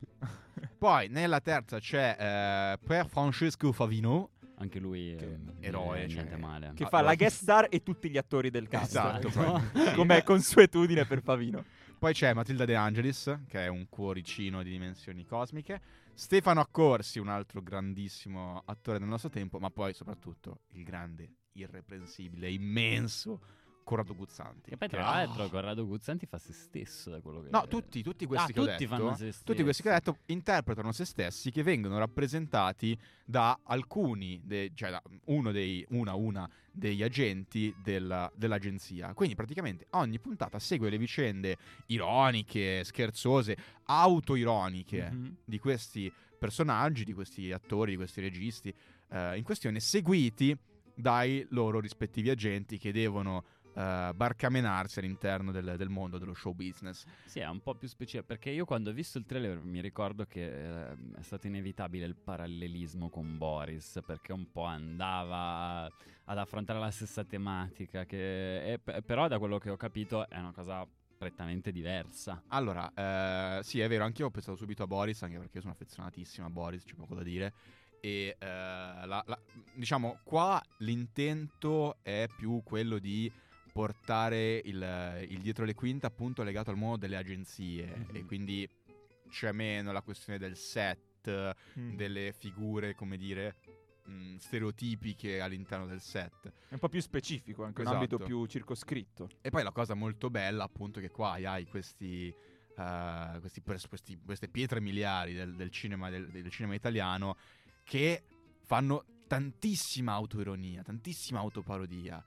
Poi nella terza c'è eh, Pier Francesco Favino. Anche lui Che è eroe, niente cioè- male. Che Ah, fa allora- la guest star e tutti gli attori del cast. Esatto, Esatto. Come consuetudine per Favino. Poi c'è Matilda De Angelis, che è un cuoricino di dimensioni cosmiche. Stefano Accorsi, un altro grandissimo attore del nostro tempo. Ma poi soprattutto il grande, irreprensibile, immenso Corrado Guzzanti. E poi tra Che- l'altro Corrado Guzzanti fa se stesso da quello che... No, tutti, tutti questi Ah, che ho tutti detto, fanno se tutti questi che ho stessi. detto interpretano se stessi, che vengono rappresentati da alcuni, de- cioè da uno dei, una una degli agenti della- dell'agenzia. Quindi praticamente ogni puntata segue le vicende ironiche, scherzose, autoironiche Mhm. di questi personaggi, di questi attori, di questi registi eh, in questione, seguiti dai loro rispettivi agenti che devono eh, barcamenarsi all'interno del, del mondo dello show business. Sì, è un po' più specifico, perché io quando ho visto il trailer mi ricordo che eh, è stato inevitabile il parallelismo con Boris, perché un po' andava ad affrontare la stessa tematica, che è- p- però da quello che ho capito è una cosa prettamente diversa. Allora, eh, sì, è vero, anche io ho pensato subito a Boris, anche perché io sono affezionatissimo a Boris, c'è poco da dire. E eh, la- la- diciamo, qua l'intento è più quello di portare il, il dietro le quinte appunto legato al mondo delle agenzie. Mhm. E quindi c'è meno la questione del set, Mm. delle figure, come dire, mh, stereotipiche all'interno del set. È un po' più specifico, anche Esatto. un ambito più circoscritto. E poi la cosa molto bella appunto è che qua hai questi, eh, questi, pers- questi- queste pietre miliari del, del cinema, del, del cinema italiano che fanno tantissima autoironia, tantissima autoparodia.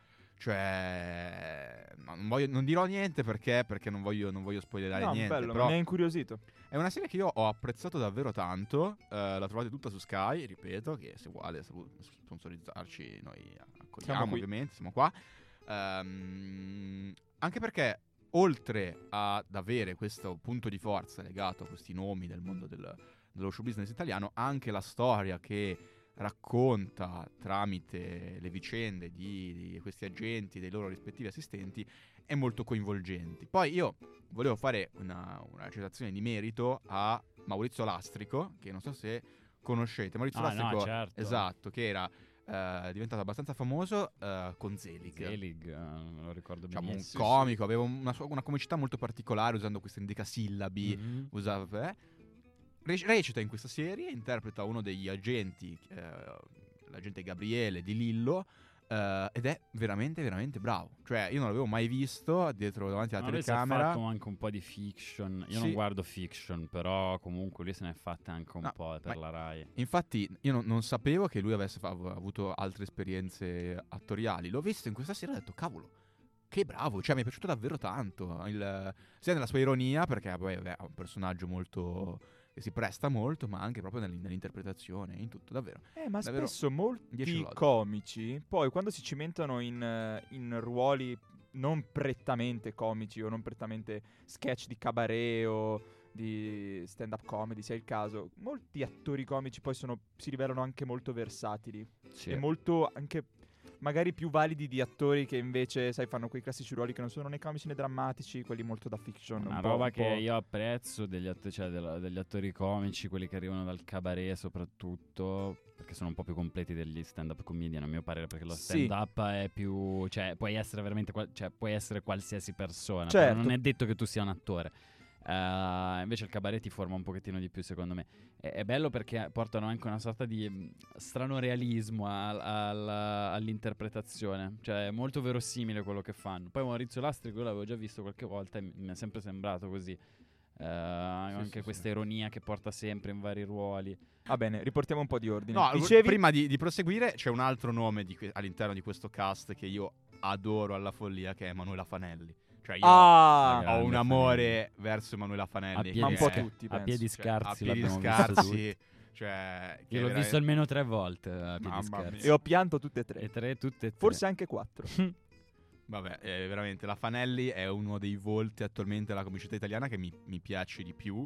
Cioè, no, non, voglio- non dirò niente perché, perché non voglio, non voglio spoilerare No, niente. bello, Però mi ha incuriosito. è una serie che io ho apprezzato davvero tanto. eh, la trovate tutta su Sky, ripeto, che se vuole salu- sponsorizzarci noi accogliamo, Siamo qui. ovviamente, siamo qua. Ehm, anche perché oltre ad avere questo punto di forza legato a questi nomi del mondo del- dello show business italiano, anche la storia che racconta tramite le vicende di, di questi agenti, dei loro rispettivi assistenti, è molto coinvolgenti. Poi io volevo fare una, una citazione di merito a Maurizio Lastrico, che non so se conoscete. Maurizio Ah, no, Lastrico, certo. esatto, che era eh, diventato abbastanza famoso eh, con Zelig. Zelig, eh, me lo ricordo Diciamo un benissimo. comico, aveva una, sua- una comicità molto particolare usando questi indicasillabi. Mhm. Usava, eh. Re- recita in questa serie, interpreta uno degli agenti, eh, l'agente Gabriele di Lillo, eh, ed è veramente, veramente bravo. Cioè, io non l'avevo mai visto dietro davanti alla Ma lui si è telecamera. fatto anche un po' di fiction. Io Sì. non guardo fiction, però comunque lui se ne è fatta anche un No, po' per ma- la Rai. Infatti, io non, non sapevo che lui avesse fa- avuto altre esperienze attoriali. L'ho visto in questa serie e ho detto, cavolo, che bravo, cioè mi è piaciuto davvero tanto. Il- sia nella sua ironia, perché poi vabbè, è un personaggio molto che si presta molto, ma anche proprio nell- nell'interpretazione, in tutto, davvero. Eh, ma Davvero, spesso molti dieci lode. comici, poi quando si cimentano in, eh, in ruoli non prettamente comici o non prettamente sketch di cabaret o di stand-up comedy, sia il caso, molti attori comici poi sono, si rivelano anche molto versatili Sì. e molto anche magari più validi di attori che invece, sai, fanno quei classici ruoli che non sono né comici né drammatici, quelli molto da fiction. Una un po', roba un che po'. io apprezzo degli, att- cioè della- degli attori comici, quelli che arrivano dal cabaret soprattutto, perché sono un po' più completi degli stand-up comedian a mio parere, perché lo Sì. stand-up è più, cioè puoi essere veramente, qual- cioè puoi essere qualsiasi persona, Certo. però non è detto che tu sia un attore. Eh, invece il cabaret ti forma un pochettino di più, secondo me. È, è bello perché portano anche una sorta di mh, strano realismo al- al- all'interpretazione, cioè è molto verosimile quello che fanno. Poi Maurizio Lastrico io l'avevo già visto qualche volta e mi mi è sempre sembrato così. Eh, anche sì, questa sì. ironia che porta sempre in vari ruoli. Va bene, riportiamo un po' di ordine. No, Dicevi? prima di, di proseguire c'è un altro nome di que- all'interno di questo cast che io adoro alla follia, che è Emanuela Fanelli. Cioè io Ah, Grande ho un Fanelli. amore verso Emanuela A Fanelli. piedi, Ma un che po' è- tutti, a penso. piedi cioè, scarsi a piedi l'abbiamo visto tutti. scarsi, cioè, che Io l'ho vera- visto almeno tre volte a piedi Mamma scarsi. mia. E ho pianto tutte e tre. E tre, tutte e tre. Forse anche quattro. Vabbè, eh, veramente, la Fanelli è uno dei volti attualmente della comicità italiana che mi, mi piace di più.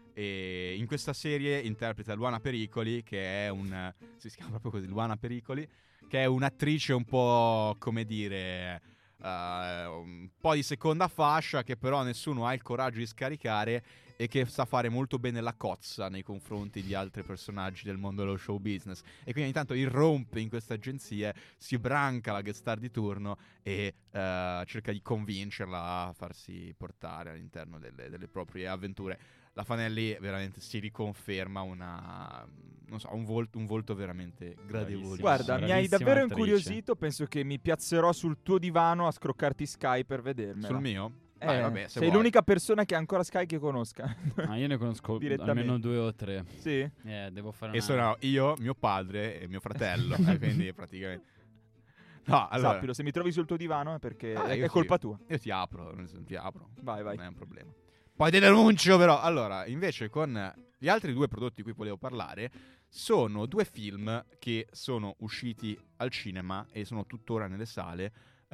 E in questa serie interpreta Luana Pericoli, che è un... si chiama proprio così, Luana Pericoli, che è un'attrice un po', come dire... eh, un po' di seconda fascia, che però nessuno ha il coraggio di scaricare e che sa fare molto bene la cozza nei confronti di altri personaggi del mondo dello show business. E quindi ogni tanto irrompe in queste agenzie, si branca la guest star di turno e eh, cerca di convincerla a farsi portare all'interno delle, delle proprie avventure. La Fanelli veramente si riconferma una, non so, un volto, un volto veramente gradevole. Guarda, mi hai Bravissima davvero attrice. incuriosito. Penso che mi piazzerò sul tuo divano a scroccarti Sky per vedermela. Sul mio? Eh, Vai, vabbè, se sei vuoi. l'unica persona che ha ancora Sky che conosca. Ah, io ne conosco Direttamente. almeno due o tre. Sì? Eh, devo fare E una... sono io, mio padre e mio fratello. E quindi praticamente... No, allora, Sappilo, se mi trovi sul tuo divano è perché Ah, è, io è colpa sì. tua. io ti apro, nel senso, ti apro. Vai, vai. Non è un problema. Poi ti denuncio però. Allora, invece con gli altri due prodotti di cui volevo parlare sono due film che sono usciti al cinema e sono tuttora nelle sale.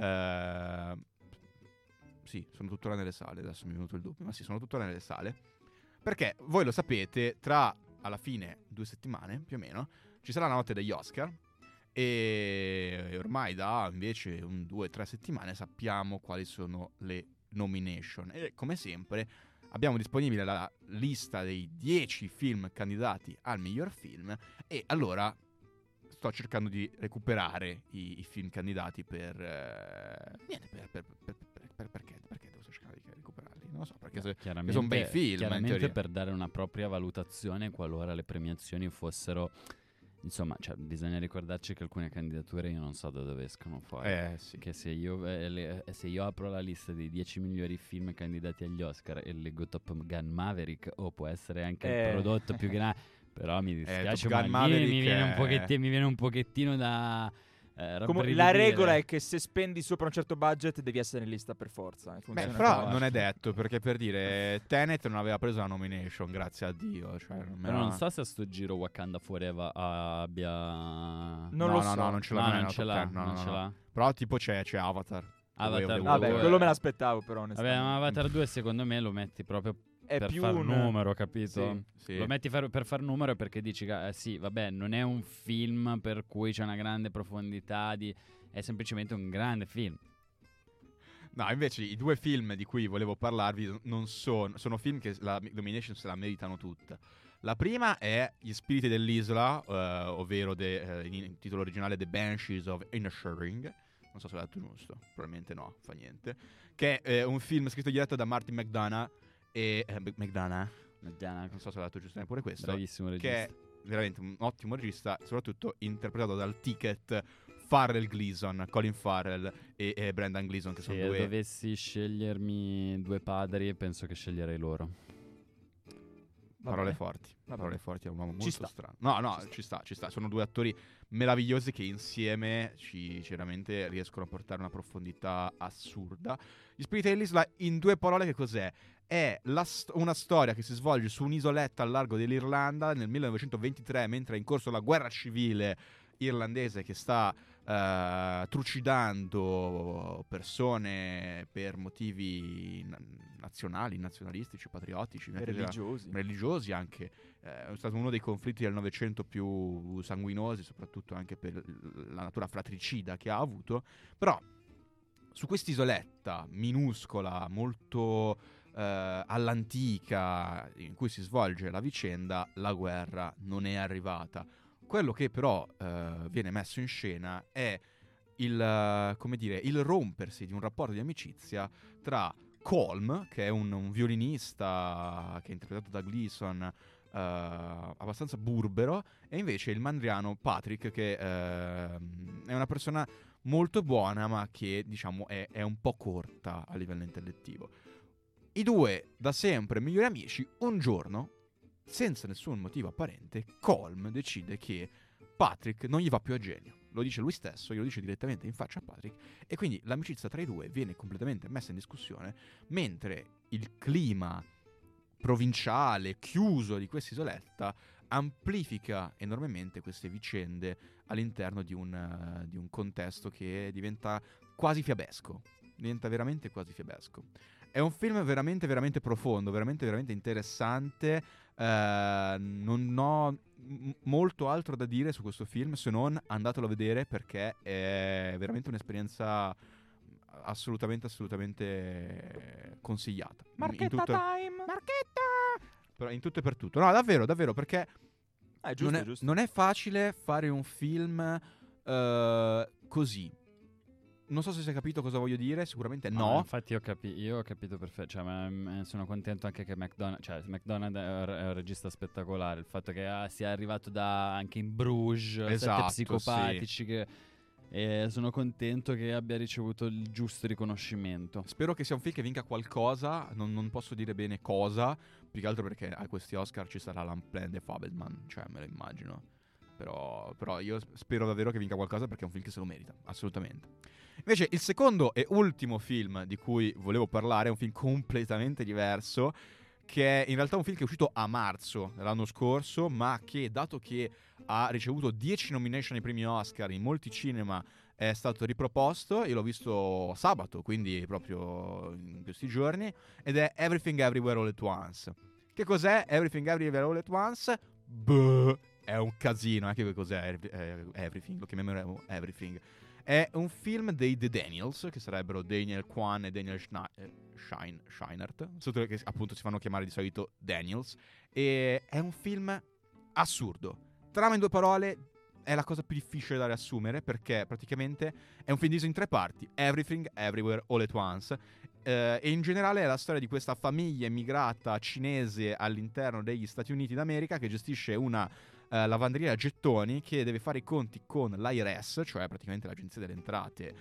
Eh, sì, sono tuttora nelle sale, adesso mi è venuto il dubbio, ma sì, sono tuttora nelle sale. Perché voi lo sapete, tra alla fine due settimane più o meno ci sarà la notte degli Oscar. E ormai da invece un due o tre settimane sappiamo quali sono le nomination. E come sempre abbiamo disponibile la lista dei dieci film candidati al miglior film. E allora sto cercando di recuperare i, i film candidati per... Eh, niente, per, per, per, per, per- perché? Perché devo cercare di recuperarli? Non lo so, perché se, Chiaramente, sono bei film, in chiaramente teoria. per dare una propria valutazione qualora le premiazioni fossero... Insomma, cioè, bisogna ricordarci che alcune candidature io non so da dove escono fuori. Eh sì. Che se io, eh, le- se io apro la lista dei dieci migliori film candidati agli Oscar e leggo Top Gun Maverick, o può essere anche Eh. il prodotto più grande, però mi dispiace, Top ma Gun lì Maverick mi viene, un è- pochettino, mi viene un pochettino da eh, Comu- rabbrividire. la regola è che se spendi sopra un certo budget devi essere in lista per forza. eh, Beh, funziona però così. non è detto, perché per dire Tenet non aveva preso la nomination, grazie a Dio. Cioè, non me Però la- non so se a sto giro Wakanda Forever abbia... Non no, lo no, so. no, non ce l'ha. No, non è non una ce top l'ha, ten, no, non no, ce no. l'ha. Però tipo c'è, c'è Avatar. Avatar Way of the Vabbè, World. quello me l'aspettavo però Vabbè, onestamente. ma Avatar due secondo me lo metti proprio È per più far un numero, capito? Sì. Sì. Lo metti far- per far numero perché dici che eh, sì, vabbè, non è un film per cui c'è una grande profondità di... è semplicemente un grande film. No, invece i due film di cui volevo parlarvi non sono, sono film che la nomination se la meritano tutta. La prima è Gli spiriti dell'isola, eh, ovvero de- eh, in, in titolo originale The Banshees of Inisherin. Non so se l'ho detto giusto, probabilmente no, fa niente. Che è eh, un film scritto e diretto da Martin McDonagh e eh, M- McDonagh, Madonna, non so se l'ho detto giusto neppure questo. bravissimo regista. Che è veramente un ottimo regista, soprattutto interpretato dal Ticket Farrell Gleason, Colin Farrell e, e Brendan Gleason, che sono Se due... dovessi scegliermi due padri, penso che sceglierei loro. Va Parole bene. forti, Va parole bene. forti, è un uomo Ci molto sta. strano. No, no, ci sta. ci sta, Sono due attori meravigliosi che insieme ci veramente riescono a portare una profondità assurda. Gli spiriti dell'isola, in due parole, che cos'è? È la st- una storia che si svolge su un'isoletta al largo dell'Irlanda nel millenovecentoventitré, mentre è in corso la guerra civile irlandese che sta uh, trucidando persone per motivi na- nazionali, nazionalistici, patriottici, religiosi. religiosi anche. Eh, è stato uno dei conflitti del Novecento più sanguinosi, soprattutto anche per la natura fratricida che ha avuto. Però su quest'isoletta minuscola, molto eh, all'antica, in cui si svolge la vicenda, la guerra non è arrivata. Quello che però eh, viene messo in scena è il, come dire, il rompersi di un rapporto di amicizia tra Colm, che è un, un violinista che è interpretato da Gleeson, Uh, abbastanza burbero, e invece il mandriano Patrick, che uh, è una persona molto buona ma che diciamo è, è un po' corta a livello intellettivo. I due da sempre migliori amici. Un giorno, senza nessun motivo apparente, Colm decide che Patrick non gli va più a genio. Lo dice lui stesso, glielo dice direttamente in faccia a Patrick, e quindi l'amicizia tra i due viene completamente messa in discussione, mentre il clima provinciale, chiuso di questa isoletta amplifica enormemente queste vicende all'interno di un, uh, di un contesto che diventa quasi fiabesco, diventa veramente quasi fiabesco. È un film veramente veramente profondo, veramente veramente interessante. Uh, non ho m- molto altro da dire su questo film, se non andatelo a vedere, perché è veramente un'esperienza assolutamente assolutamente consigliata. Marchetta in tutto... time! Marchetta! Però in tutto e per tutto. No, davvero, davvero, perché Ah, è giusto, non, è, giusto. non è facile fare un film uh, così. Non so se si è capito cosa voglio dire, sicuramente Ma no. infatti io, capi- io ho capito perfetto, cioè, ma, ma sono contento anche che McDonald, cioè McDonald è, è un regista spettacolare, il fatto che ah, sia arrivato da anche in Bruges, Esatto, Sette psicopatici, che e sono contento che abbia ricevuto il giusto riconoscimento. Spero che sia un film che vinca qualcosa, non, non posso dire bene cosa, più che altro perché a questi Oscar ci sarà l'Unplanned de Fabelman, cioè me lo immagino. Però, però io spero davvero che vinca qualcosa, perché è un film che se lo merita, assolutamente. Invece il secondo e ultimo film di cui volevo parlare è un film completamente diverso, che è in realtà un film che è uscito a marzo dell'anno scorso, ma che, dato che ha ricevuto dieci nomination ai premi Oscar in molti cinema, è stato riproposto. Io l'ho visto sabato, quindi proprio in questi giorni, ed è Everything Everywhere All at Once. Che cos'è Everything Everywhere All at Once? Beh, è un casino, anche che cos'è Everything, lo chiamiamo Everything. È un film dei The Daniels, che sarebbero Daniel Kwan e Daniel Schna- Shine- Scheinert, che appunto si fanno chiamare di solito Daniels. E è un film assurdo. Trama in due parole è la cosa più difficile da riassumere, perché praticamente è un film diviso in tre parti: Everything Everywhere All at Once. Eh, e in generale è la storia di questa famiglia immigrata cinese all'interno degli Stati Uniti d'America, che gestisce una Uh, lavanderia a gettoni, che deve fare i conti con l'I R S, cioè praticamente l'agenzia delle entrate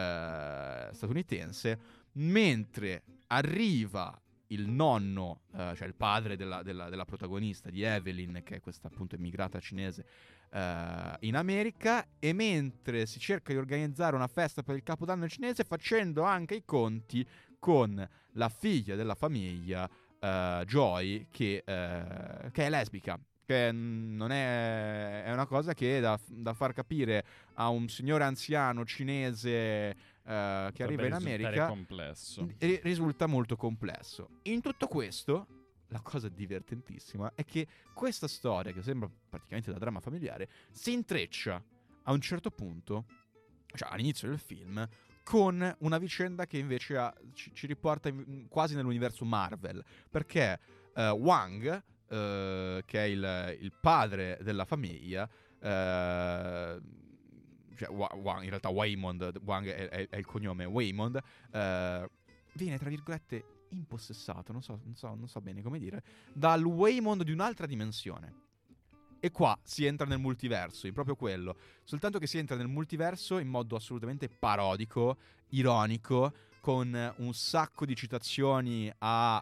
uh, statunitense, mentre arriva il nonno, uh, cioè il padre della, della, della protagonista, di Evelyn, che è questa appunto immigrata cinese uh, in America, e mentre si cerca di organizzare una festa per il Capodanno cinese, facendo anche i conti con la figlia della famiglia, uh, Joy, che, uh, che è lesbica. Che non è, è una cosa che da, da far capire a un signore anziano cinese uh, che arriva in America complesso. r- risulta molto complesso. In tutto questo, la cosa divertentissima è che questa storia, che sembra praticamente da dramma familiare, si intreccia a un certo punto, cioè all'inizio del film, con una vicenda che invece ha, ci, ci riporta in, quasi nell'universo Marvel, perché uh, Wang, Uh, che è il, il padre della famiglia, uh, cioè Wang, in realtà Waymond, Wang è, è, è il cognome, Waymond, uh, viene tra virgolette impossessato, non so, non, so, non so bene come dire, dal Waymond di un'altra dimensione. E qua si entra nel multiverso, in proprio quello, soltanto che si entra nel multiverso in modo assolutamente parodico, ironico, con un sacco di citazioni a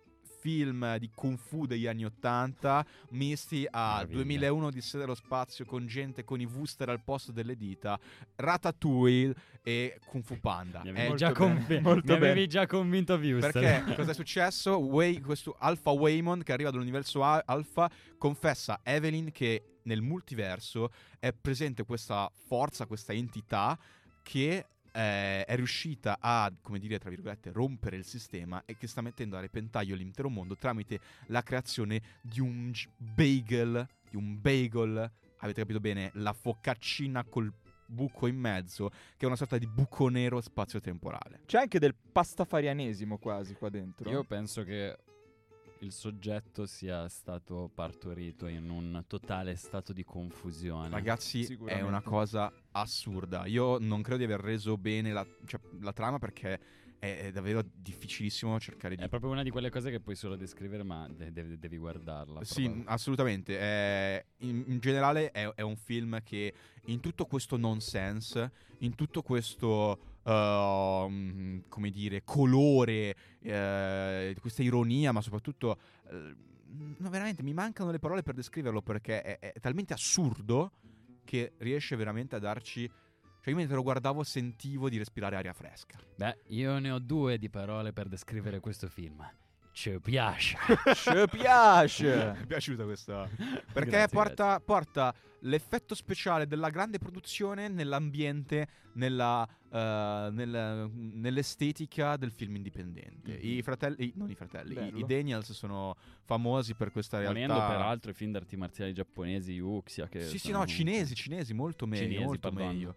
film di Kung Fu degli anni ottanta misti a Meraviglia. duemilauno Odissea dello spazio, con gente con i Wooster al posto delle dita, Ratatouille e Kung Fu Panda. Mi È avevi, molto già, bene, convi- molto mi avevi bene. già convinto Viewster. Perché cosa è successo? Way, questo Alpha Waymond, che arriva dall'universo A- Alpha, confessa a Evelyn che nel multiverso è presente questa forza, questa entità che eh, è riuscita a, come dire, tra virgolette, rompere il sistema e che sta mettendo a repentaglio l'intero mondo tramite la creazione di un g- bagel, di un bagel, avete capito bene, la focaccina col buco in mezzo, che è una sorta di buco nero spazio-temporale. C'è anche del pastafarianesimo quasi qua dentro. Io penso che il soggetto sia stato partorito in un totale stato di confusione. Ragazzi, è Sicuramente. una cosa assurda. Io non credo di aver reso bene la, cioè, la trama, perché è, è davvero difficilissimo cercare di... È proprio una di quelle cose che puoi solo descrivere, ma de- de- devi guardarla. Sì, proprio. assolutamente. Eh, in, in generale è, è un film che in tutto questo nonsense, in tutto questo, uh, mm, come dire, colore, eh, questa ironia, ma soprattutto, eh, no, veramente mi mancano le parole per descriverlo, perché è, è talmente assurdo che riesce veramente a darci... Cioè io mentre lo guardavo sentivo di respirare aria fresca. Beh, io ne ho due di parole per descrivere questo film. Ci piace. Ci piace. Mi è piaciuta questa. Perché Grazie, porta, porta l'effetto speciale della grande produzione nell'ambiente, nella, eh, nel- nell'estetica del film indipendente. Mhm. I fratelli, non i fratelli, i, Bello. i Daniels sono famosi per questa realtà. Volendo peraltro i film d'arti marziali giapponesi, Wuxia, che Sì, sì, sono no, comunque- cinesi, cinesi, molto meglio, Cinesi, molto pardon. meglio.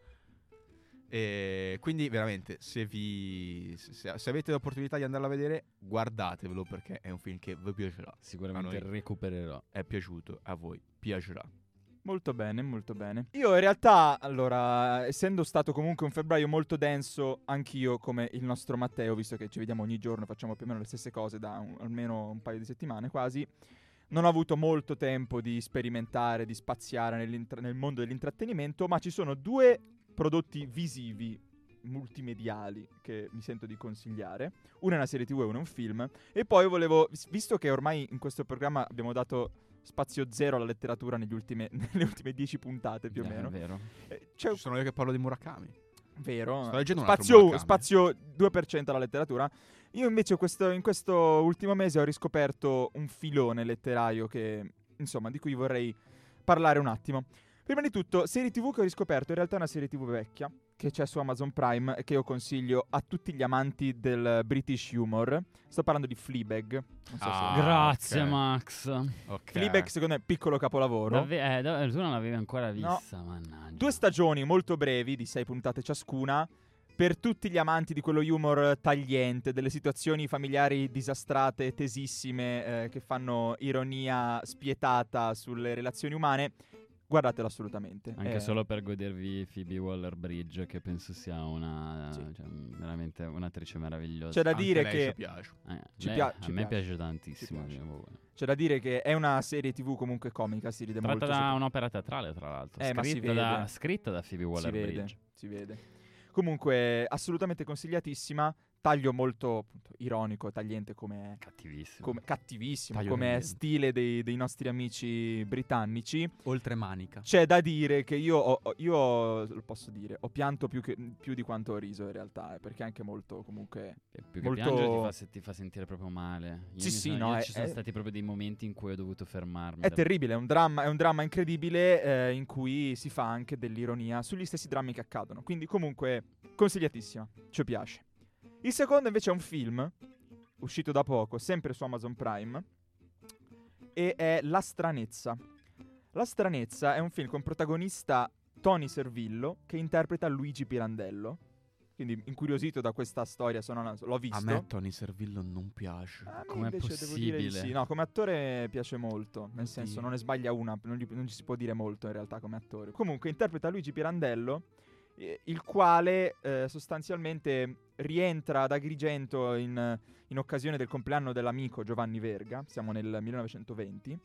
E quindi veramente, se vi se, se avete l'opportunità di andarlo a vedere, guardatevelo, perché è un film che vi piacerà. Sicuramente A noi recupererò. è piaciuto, a voi piacerà. Molto bene, molto bene. Io in realtà, allora, essendo stato comunque un febbraio molto denso, anch'io come il nostro Matteo, visto che ci vediamo ogni giorno, facciamo più o meno le stesse cose da un- almeno un paio di settimane quasi, non ho avuto molto tempo di sperimentare, di spaziare nell'intra- nel mondo dell'intrattenimento, ma ci sono due prodotti visivi multimediali che mi sento di consigliare. Una è una serie tivù e una è un film. E poi volevo, vis- visto che ormai in questo programma abbiamo dato spazio zero alla letteratura negli ultime, nelle ultime dieci puntate più o Eh, meno, È vero. eh, c'è Ci sono io che parlo di Murakami. vero, Sto leggendo un altro spazio, Murakami. spazio due per cento alla letteratura. Io invece questo- in questo ultimo mese ho riscoperto un filone letterario che, insomma, di cui vorrei parlare un attimo. Prima di tutto, serie tivù che ho riscoperto, in realtà è una serie tivù vecchia, che c'è su Amazon Prime e che io consiglio a tutti gli amanti del British humor. Sto parlando di Fleabag. Non so se- Ah, Grazie, ok. Max. Ok. Fleabag secondo me è piccolo capolavoro. Davve- eh, da- tu non l'avevi ancora No. vista, mannaggia. Due stagioni molto brevi, di sei puntate ciascuna, per tutti gli amanti di quello humor tagliente, delle situazioni familiari disastrate, tesissime, eh, che fanno ironia spietata sulle relazioni umane. Guardatelo assolutamente. Anche Eh, solo per godervi Phoebe Waller-Bridge, che penso sia una Sì. cioè, veramente un'attrice meravigliosa. C'è da Anche dire lei che ci piace. Eh, ci lei- pia- a ci me piace. piace tantissimo. Ci piace. devo- c'è da dire che è una serie tivù comunque comica, si ride molto. Tratta da sopra- un'opera teatrale, tra l'altro. Eh, ma si scritta, da, vede. scritta da Phoebe si vede, Waller-Bridge. si vede. Comunque, assolutamente consigliatissima. Taglio molto appunto, ironico, tagliente come Cattivissimo. come cattivissimo, Taglio come tagliente. stile dei, dei nostri amici britannici. Oltre manica. C'è da dire che io, ho, ho- io ho- lo posso dire, ho pianto più, che- più di quanto ho riso in realtà, eh, perché è anche molto comunque... E più che molto- piangere ti fa, se- ti fa sentire proprio male. Io Sì, mi sì, sono- no, io è- ci sono è- stati proprio dei momenti in cui ho dovuto fermarmi. È da- terribile, è un dramma, è un dramma incredibile eh, in cui si fa anche dell'ironia sugli stessi drammi che accadono. Quindi comunque consigliatissima, ci piace. Il secondo invece è un film, uscito da poco, sempre su Amazon Prime, e è La stranezza. La stranezza è un film con protagonista Tony Servillo che interpreta Luigi Pirandello. Quindi incuriosito da questa storia, sono una- l'ho visto. A me Tony Servillo non piace. A me Com'è invece devo dire di possibile? sì. No, come attore piace molto. Nel senso, Oddio. non ne sbaglia una. Non, gli- non ci si può dire molto in realtà come attore. Comunque, interpreta Luigi Pirandello, eh, il quale eh, sostanzialmente rientra ad Agrigento in, in occasione del compleanno dell'amico Giovanni Verga. Siamo nel millenovecentoventi.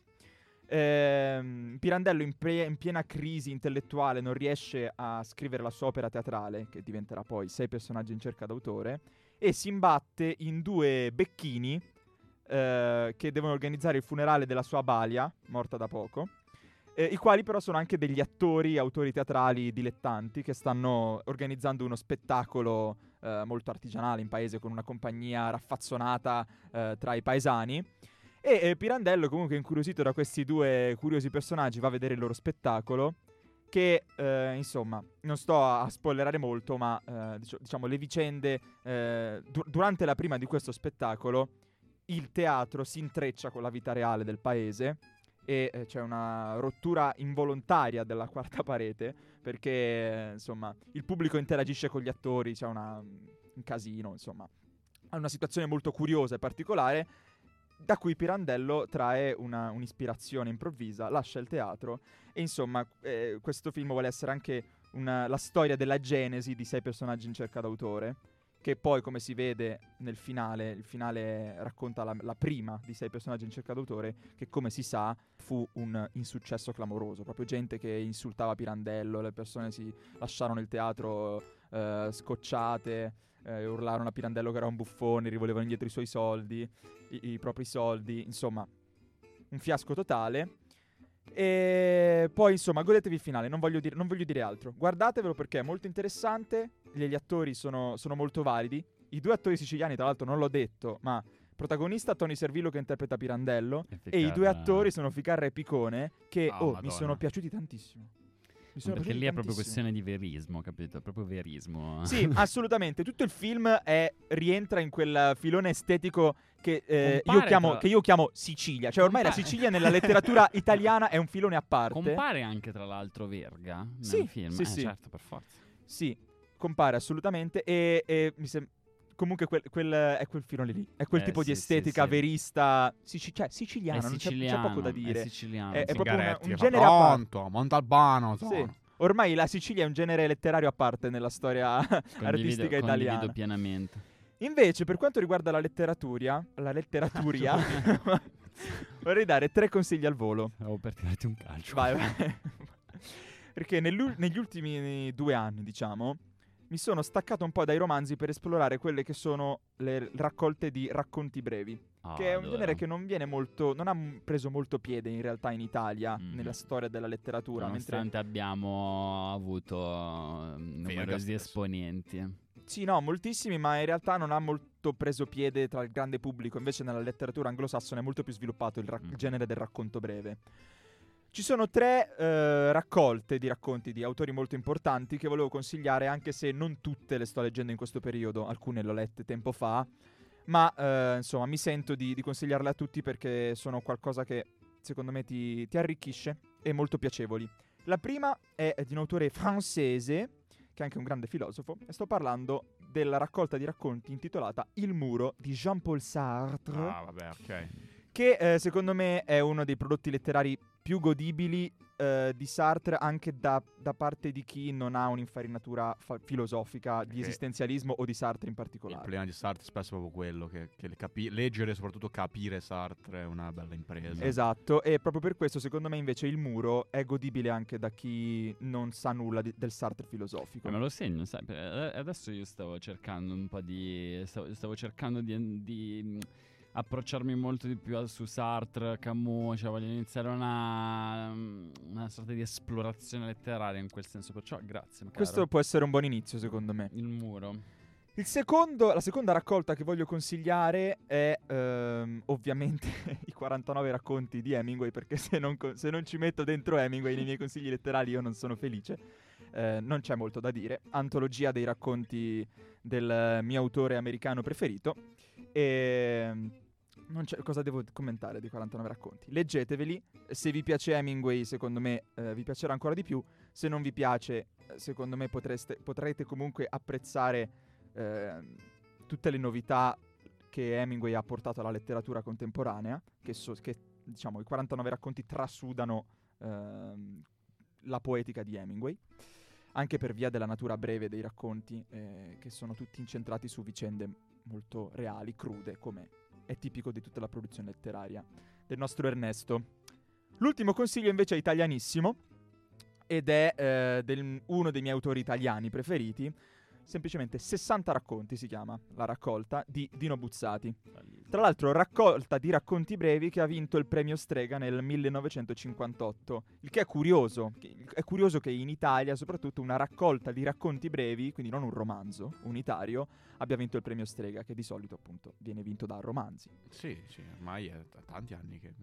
Ehm, Pirandello, in, pre- in piena crisi intellettuale, non riesce a scrivere la sua opera teatrale, che diventerà poi Sei personaggi in cerca d'autore, e si imbatte in due becchini eh, che devono organizzare il funerale della sua Balia, morta da poco, eh, i quali però sono anche degli attori, autori teatrali dilettanti che stanno organizzando uno spettacolo eh, molto artigianale in paese con una compagnia raffazzonata eh, tra i paesani. E eh, Pirandello, comunque incuriosito da questi due curiosi personaggi, va a vedere il loro spettacolo, che eh, insomma non sto a, a spoilerare molto, ma eh, dic- diciamo le vicende eh, du- durante la prima di questo spettacolo il teatro si intreccia con la vita reale del paese e eh, c'è una rottura involontaria della quarta parete, perché eh, insomma il pubblico interagisce con gli attori, c'è una, un casino, insomma è una situazione molto curiosa e particolare, da cui Pirandello trae una, un'ispirazione improvvisa, lascia il teatro e insomma eh, questo film vuole essere anche una, la storia della genesi di sei personaggi in cerca d'autore, che poi, come si vede nel finale, il finale racconta la, la prima di sei personaggi in cerca d'autore, che come si sa fu un insuccesso clamoroso, proprio gente che insultava Pirandello, le persone si lasciarono il teatro eh, scocciate, eh, urlarono a Pirandello che era un buffone, rivolevano indietro i suoi soldi, i, i propri soldi, insomma un fiasco totale. E poi insomma godetevi il finale, non voglio, dire, non voglio dire altro, guardatevelo perché è molto interessante, gli, gli attori sono, sono molto validi, i due attori siciliani tra l'altro non l'ho detto, ma protagonista Tony Servillo che interpreta Pirandello e, Ficarra... e i due attori sono Ficarra e Picone che Oh, oh, Madonna. mi sono piaciuti tantissimo. Mi sono Perché piaciuti lì è proprio tantissimo. questione di verismo, capito? È proprio verismo. Sì, assolutamente. Tutto il film è, rientra in quel filone estetico che, eh, io Compare chiamo, tra- che io chiamo Sicilia. Cioè, ormai la Compare- Sicilia nella letteratura italiana è un filone a parte. Compare anche tra l'altro Verga nel Sì, film. sì, eh, sì. certo, per forza. Sì, compare assolutamente. E, e mi sem- comunque quel, quel- è quel filone lì. È quel Eh, tipo di sì, sì, estetica sì. verista, sici- cioè siciliano, È non c'è, non c'è siciliano, poco da È dire. siciliano. È- è sì. proprio una- Zingaretti un che fa, genere a parte. pronto, Montalbano Sì. sono. Ormai la Sicilia è un genere letterario a parte nella storia Condivido, artistica condivido italiana. pienamente. Invece, per quanto riguarda la letteratura, la letteratura, vorrei dare tre consigli al volo. Stavo per tirarti un calcio. Vai, vai. Perché nell'u- negli ultimi due anni, diciamo, mi sono staccato un po' dai romanzi per esplorare quelle che sono le raccolte di racconti brevi. Ah, Che è un adoro. genere che non viene molto, non ha m- preso molto piede in realtà in Italia, Mhm. nella storia della letteratura. Mentre Nonostante abbiamo avuto eh, numerosi stesso. esponenti. sì, no, moltissimi, ma in realtà non ha molto preso piede tra il grande pubblico. Invece nella letteratura anglosassone è molto più sviluppato il, rac- Mm. il genere del racconto breve. Ci sono tre eh, raccolte di racconti di autori molto importanti che volevo consigliare, anche se non tutte le sto leggendo in questo periodo, alcune le ho lette tempo fa, ma eh, insomma mi sento di, di consigliarle a tutti perché sono qualcosa che secondo me ti, ti arricchisce e molto piacevoli. La prima è di un autore francese, che è anche un grande filosofo, e sto parlando della raccolta di racconti intitolata Il muro di Jean-Paul Sartre, Ah, vabbè, ok. che eh, secondo me è uno dei prodotti letterari più godibili eh, di Sartre, anche da, da parte di chi non ha un'infarinatura fa- filosofica di Perché esistenzialismo o di Sartre in Il particolare. problema di Sartre spesso è proprio quello, che, che le capi- leggere e soprattutto capire Sartre è una bella impresa. Esatto, e proprio per questo secondo me invece Il muro è godibile anche da chi non sa nulla di- del Sartre filosofico. Eh, me lo segno, sai, per- eh, adesso io stavo cercando un po' di... Stavo, stavo cercando di, di mh, approcciarmi molto di più al- su Sartre, Camus, cioè voglio iniziare una, una sorta di esplorazione letteraria in quel senso, perciò grazie, caro. Questo può essere un buon inizio secondo me. Il muro. Il secondo, la seconda raccolta che voglio consigliare è ehm, ovviamente i quarantanove racconti di Hemingway, perché se non, co- se non ci metto dentro Hemingway nei miei consigli letterari io non sono felice. Eh, non c'è molto da dire. Antologia dei racconti del mio autore americano preferito. E non c'è cosa devo commentare di quarantanove racconti. Leggeteveli. Se vi piace Hemingway, secondo me eh, vi piacerà ancora di più. Se non vi piace, eh, secondo me potreste, potrete comunque apprezzare eh, tutte le novità che Hemingway ha portato alla letteratura contemporanea, che, so- che diciamo i quarantanove racconti trasudano ehm, la poetica di Hemingway, anche per via della natura breve dei racconti, eh, che sono tutti incentrati su vicende molto reali, crude, come è tipico di tutta la produzione letteraria del nostro Ernesto. L'ultimo consiglio invece è italianissimo ed è eh, del- uno dei miei autori italiani preferiti. semplicemente sessanta racconti, si chiama la raccolta, di Dino Buzzati. Tra l'altro raccolta di racconti brevi che ha vinto il premio Strega nel millenovecentocinquantotto, il che è curioso. È curioso che in Italia soprattutto una raccolta di racconti brevi, quindi non un romanzo unitario, abbia vinto il premio Strega, che di solito appunto viene vinto da romanzi. Sì, sì, ormai è da tanti anni che...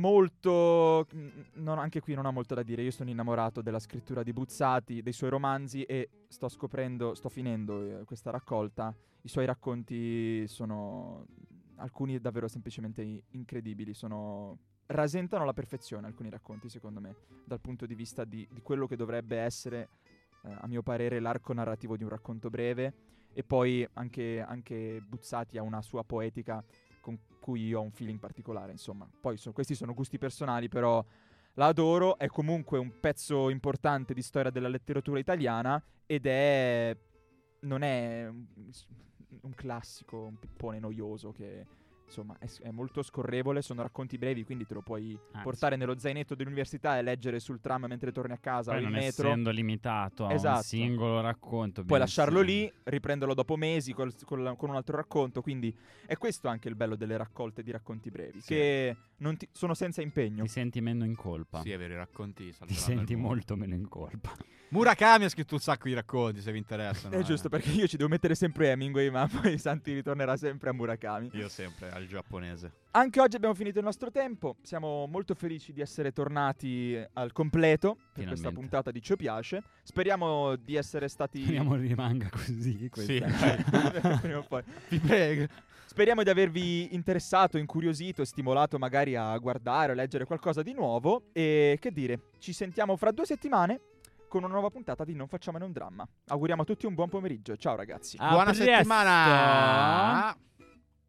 Molto... non, anche qui non ha molto da dire, io sono innamorato della scrittura di Buzzati, dei suoi romanzi e sto scoprendo, sto finendo eh, questa raccolta. I suoi racconti sono... alcuni davvero semplicemente incredibili, sono... rasentano alla perfezione alcuni racconti, secondo me, dal punto di vista di, di quello che dovrebbe essere, eh, a mio parere, l'arco narrativo di un racconto breve. E poi anche, anche Buzzati ha una sua poetica con cui io ho un feeling particolare, insomma. Poi so, questi sono gusti personali, però la adoro, è comunque un pezzo importante di storia della letteratura italiana ed è... non è un, un classico, un pippone noioso che... insomma, è, è molto scorrevole, sono racconti brevi, quindi te lo puoi Anzi. portare nello zainetto dell'università e leggere sul tram mentre torni a casa Poi o in non metro. essendo limitato a Esatto. un singolo racconto, Puoi lasciarlo benissimo. lì, riprenderlo dopo mesi col- col- con un altro racconto, quindi è questo anche il bello delle raccolte di racconti brevi, Sì. che non ti- sono senza impegno. Ti senti meno in colpa. Sì, avere i racconti Ti salveranno senti il mondo. molto meno in colpa. Murakami ha scritto un sacco di racconti, se vi interessano. È eh. giusto, perché io ci devo mettere sempre Hemingway, ma poi Santi ritornerà sempre a Murakami. Io sempre al giapponese. Anche oggi abbiamo finito il nostro tempo, siamo molto felici di essere tornati al completo per Finalmente. questa puntata di Ci piace. Speriamo di essere stati... Speriamo rimanga così. Sì. questa. Prima o poi. Vi prego. Speriamo di avervi interessato, incuriosito, stimolato magari a guardare o leggere qualcosa di nuovo. E che dire, ci sentiamo fra due settimane con una nuova puntata di Non facciamone un dramma. Auguriamo a tutti un buon pomeriggio. Ciao ragazzi. A Buona presto. settimana.